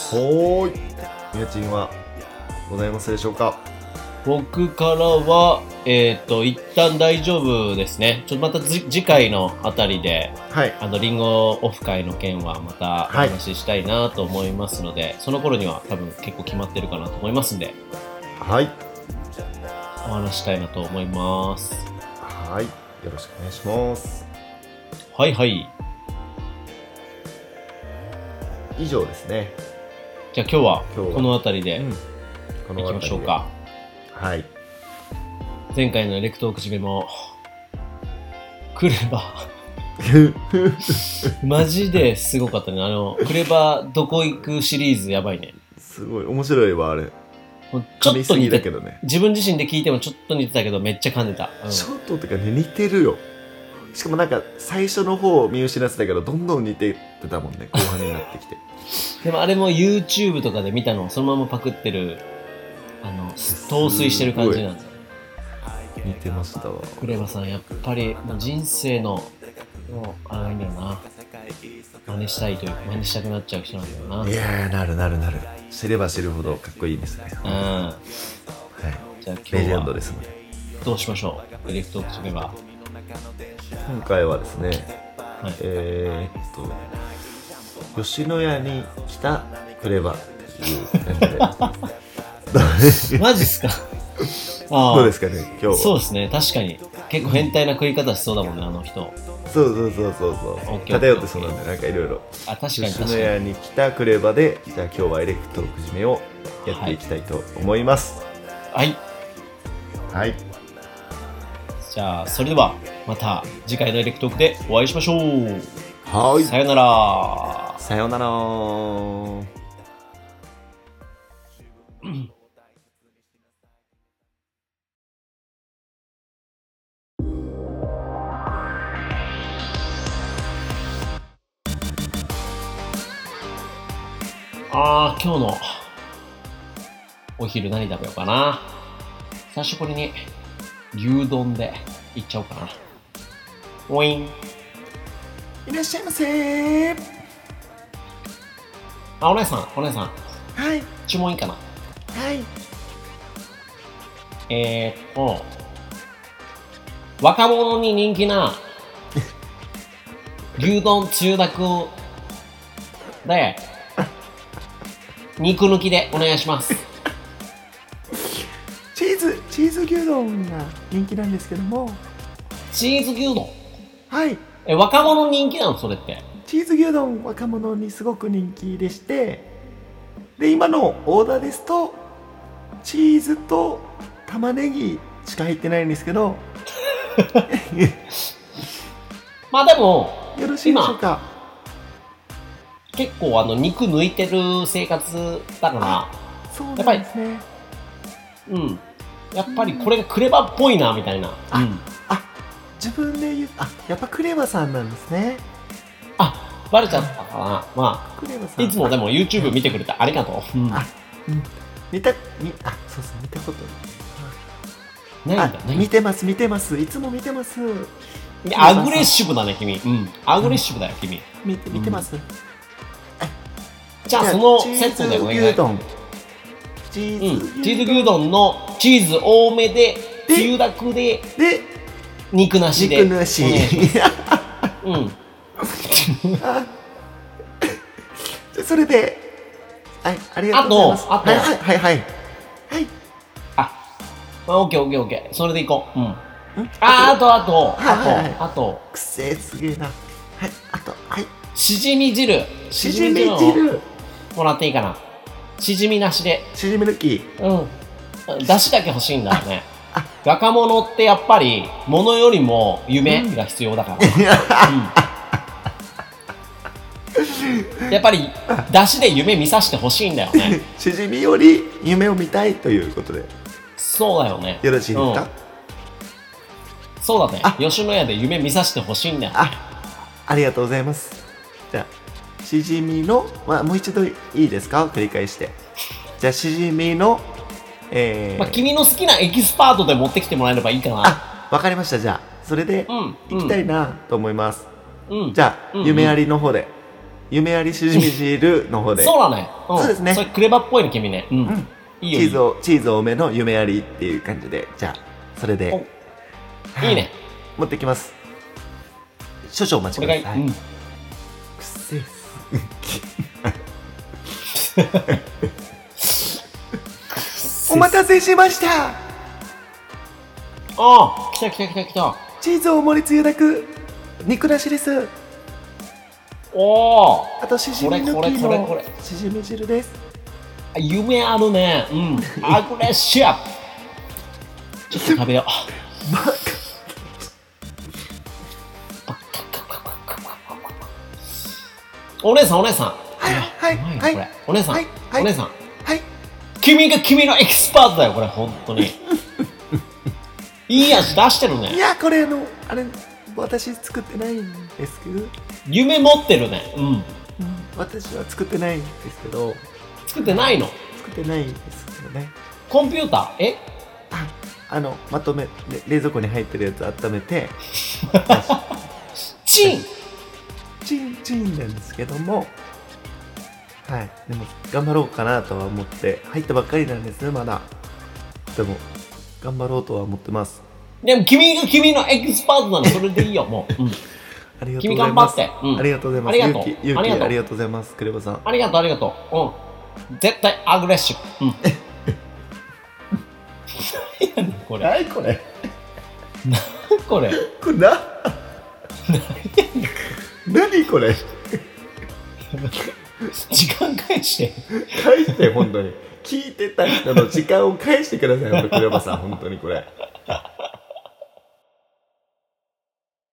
ほーい。みやちんはございますでしょうか？ 僕からは、えっと、一旦大丈夫ですね。ちょっとまた次回のあたりで、 はい。 あの、リンゴオフ会の件はまたお話ししたいなと思いますので、はい、その頃には多分結構決まってるかなと思いますんで、 はい。 お話したいなと思います。 はい。よろしくお願いします。 はいはい。 以上ですね。 じゃあ今日はこのあたりで行きましょうか。 はい。 前回のエレクトーク締めもクレバマジですごかったね。あのクレバどこ行くシリーズやばいね。 すごい面白いわあれ。 もうちょっと似てたけどね。 自分自身で聞いてもちょっと似てたけどめっちゃ噛んでた。 うん、ちょっとってかね似てるよ。しかもなんか最初の方見失ってたけどどんどん似てってたもんね、後半になってきて。 でもあれも YouTube とかで見たのをそのままパクってる、あの陶酔してる感じなんですよ。 似てましたわ。 クレバさんやっぱりもう人生のもうあれがいいんだよな。真似したいというか真似したくなっちゃう人なんだよな。 いやーなるなるなる。知れば知るほどかっこいいですね。 うん。はい。じゃあ今日はレジェンドですので。 どうしましょう。エレクトーク締めは。 今回はですね、 はい、 えー、っと吉野家に来たクレバっていう感じでマジっすか？ あどうですかね今日は。 そうですね、確かに結構変態な食い方しそうだもんね、あの人。 そうそうそうそうそう偏ってそうなんで、なんかいろいろあ、確かに確かに吉野家に来たクレバで、じゃあ今日はエレクトーク締めをやっていきたいと思います。 はいはい、 じゃあそれではまた次回のエレクトークでお会いしましょう。 はい、 さよなら。 さよなら。 あー、今日のお昼何食べようかな。久しぶりに牛丼でいっちゃおうかな。ウィン。 いらっしゃいませー。 あ、お姉さん、お姉さん。 はい。 注文いいかな。 はい。 えーっと、若者に人気な牛丼つゆだくで、肉抜きでお願いします。 チーズ、チーズ牛丼が人気なんですけども。 チーズ牛丼。 はい。 え、若者人気なのそれって。 チーズ牛丼若者にすごく人気でして、で今のオーダーですとチーズと玉ねぎしか入ってないんですけどまあでもよろしいでしょうか。 結構あの肉抜いてる生活だから、 そうなんですね。 うんやっぱりこれがクレバっぽいなみたいな。 あ、 うん、 あ自分で言う、あやっぱクレバさんなんですね。 あバレちゃったかな。まあクレバさんいつもでも YouTube 見てくれてありがとう。うん、 あ、うん、見た見あそうそう見たことないんだね。 見てます見てますいつも見てます。 アグレッシブだね君。うんアグレッシブだよ君。 見て見てます。 じゃあそのセットでお願い。 チーズ牛丼チーズ、 うん、チーズ牛丼のチーズ多めでつゆだくでで肉なしで肉なしうんそれではいありがとうございます。 あとあとはいはいはいはいああオッケーオッケーオッケーそれでいこう。うんああとあとはいはいはいあとあとくせえすげえな。はいあとはいしじみ汁しじみ汁もらっていいかな。しじみなしで。 しじみ抜き。 うんだしだけ欲しいんだよね。若者ってやっぱり物よりも夢が必要だから、うん、やっぱりだしで夢見させてほしいんだよね。 しじみより夢を見たいということでそうだよね。 よろしいですか、うん、 そうだね。吉野家で夢見させてほしいんだよね。 あありがとうございます。じゃあしじみの、まあ、もう一度いいですか繰り返してじゃあしじみのえー、 まあ、君の好きなエキスパートで持ってきてもらえればいいかな。 あ、わかりました。じゃあそれでうん行きたいなと思います、 うん、 じゃあ、 うん、 夢ありの方で夢ありしじみ汁の方でそうだね、うん、 そうですね。 それクレバっぽいの君ね、うん、うん、いいよ。 チーズをチーズ多めの夢ありっていう感じで、じゃあそれでいいね、 持ってきます。少々お待ちください。うん、くっせえお待たせしました。 ああ、来た来た来た来た。 チーズ大盛りつゆだく肉なしです。 おお、 あとしじみ抜きのしじみ汁です。 夢あるね。うん、アグレッシブ。ちょっと食べよう。お姉さんお姉さん、 はいはいはい、 お姉さん、 はいお姉さん、 はい、 君が君のエキスパートだよこれ本当に。いい味出してるね。 いやこれあのあれ私作ってないんですけど。 夢持ってるね。うん、うん、 私は作ってないんですけど。 作ってないの？ 作ってないんですけどね。 コンピューター？え？ あ、あのまとめ冷蔵庫に入ってるやつ温めて。 チンチンチンなんですけども。はい、でも頑張ろうかなとは思って入ったばっかりなんですねまだ。でも頑張ろうとは思ってます。 でも君が君のエキスパートなのそれでいいよもう。うん、 ありがとうございます。 君頑張って。 うん、ありがとうございます。 ありがとう。 勇気勇気ありがとうございます。クレバさん。 ありがとうありがとう。うん。絶対アグレッシブ。うん。何やねんこれ。 何これ。 何これ。 これな。何これ。 時間返して返して本当に聞いてた人の時間を返してください本当クレバさん本当にこれ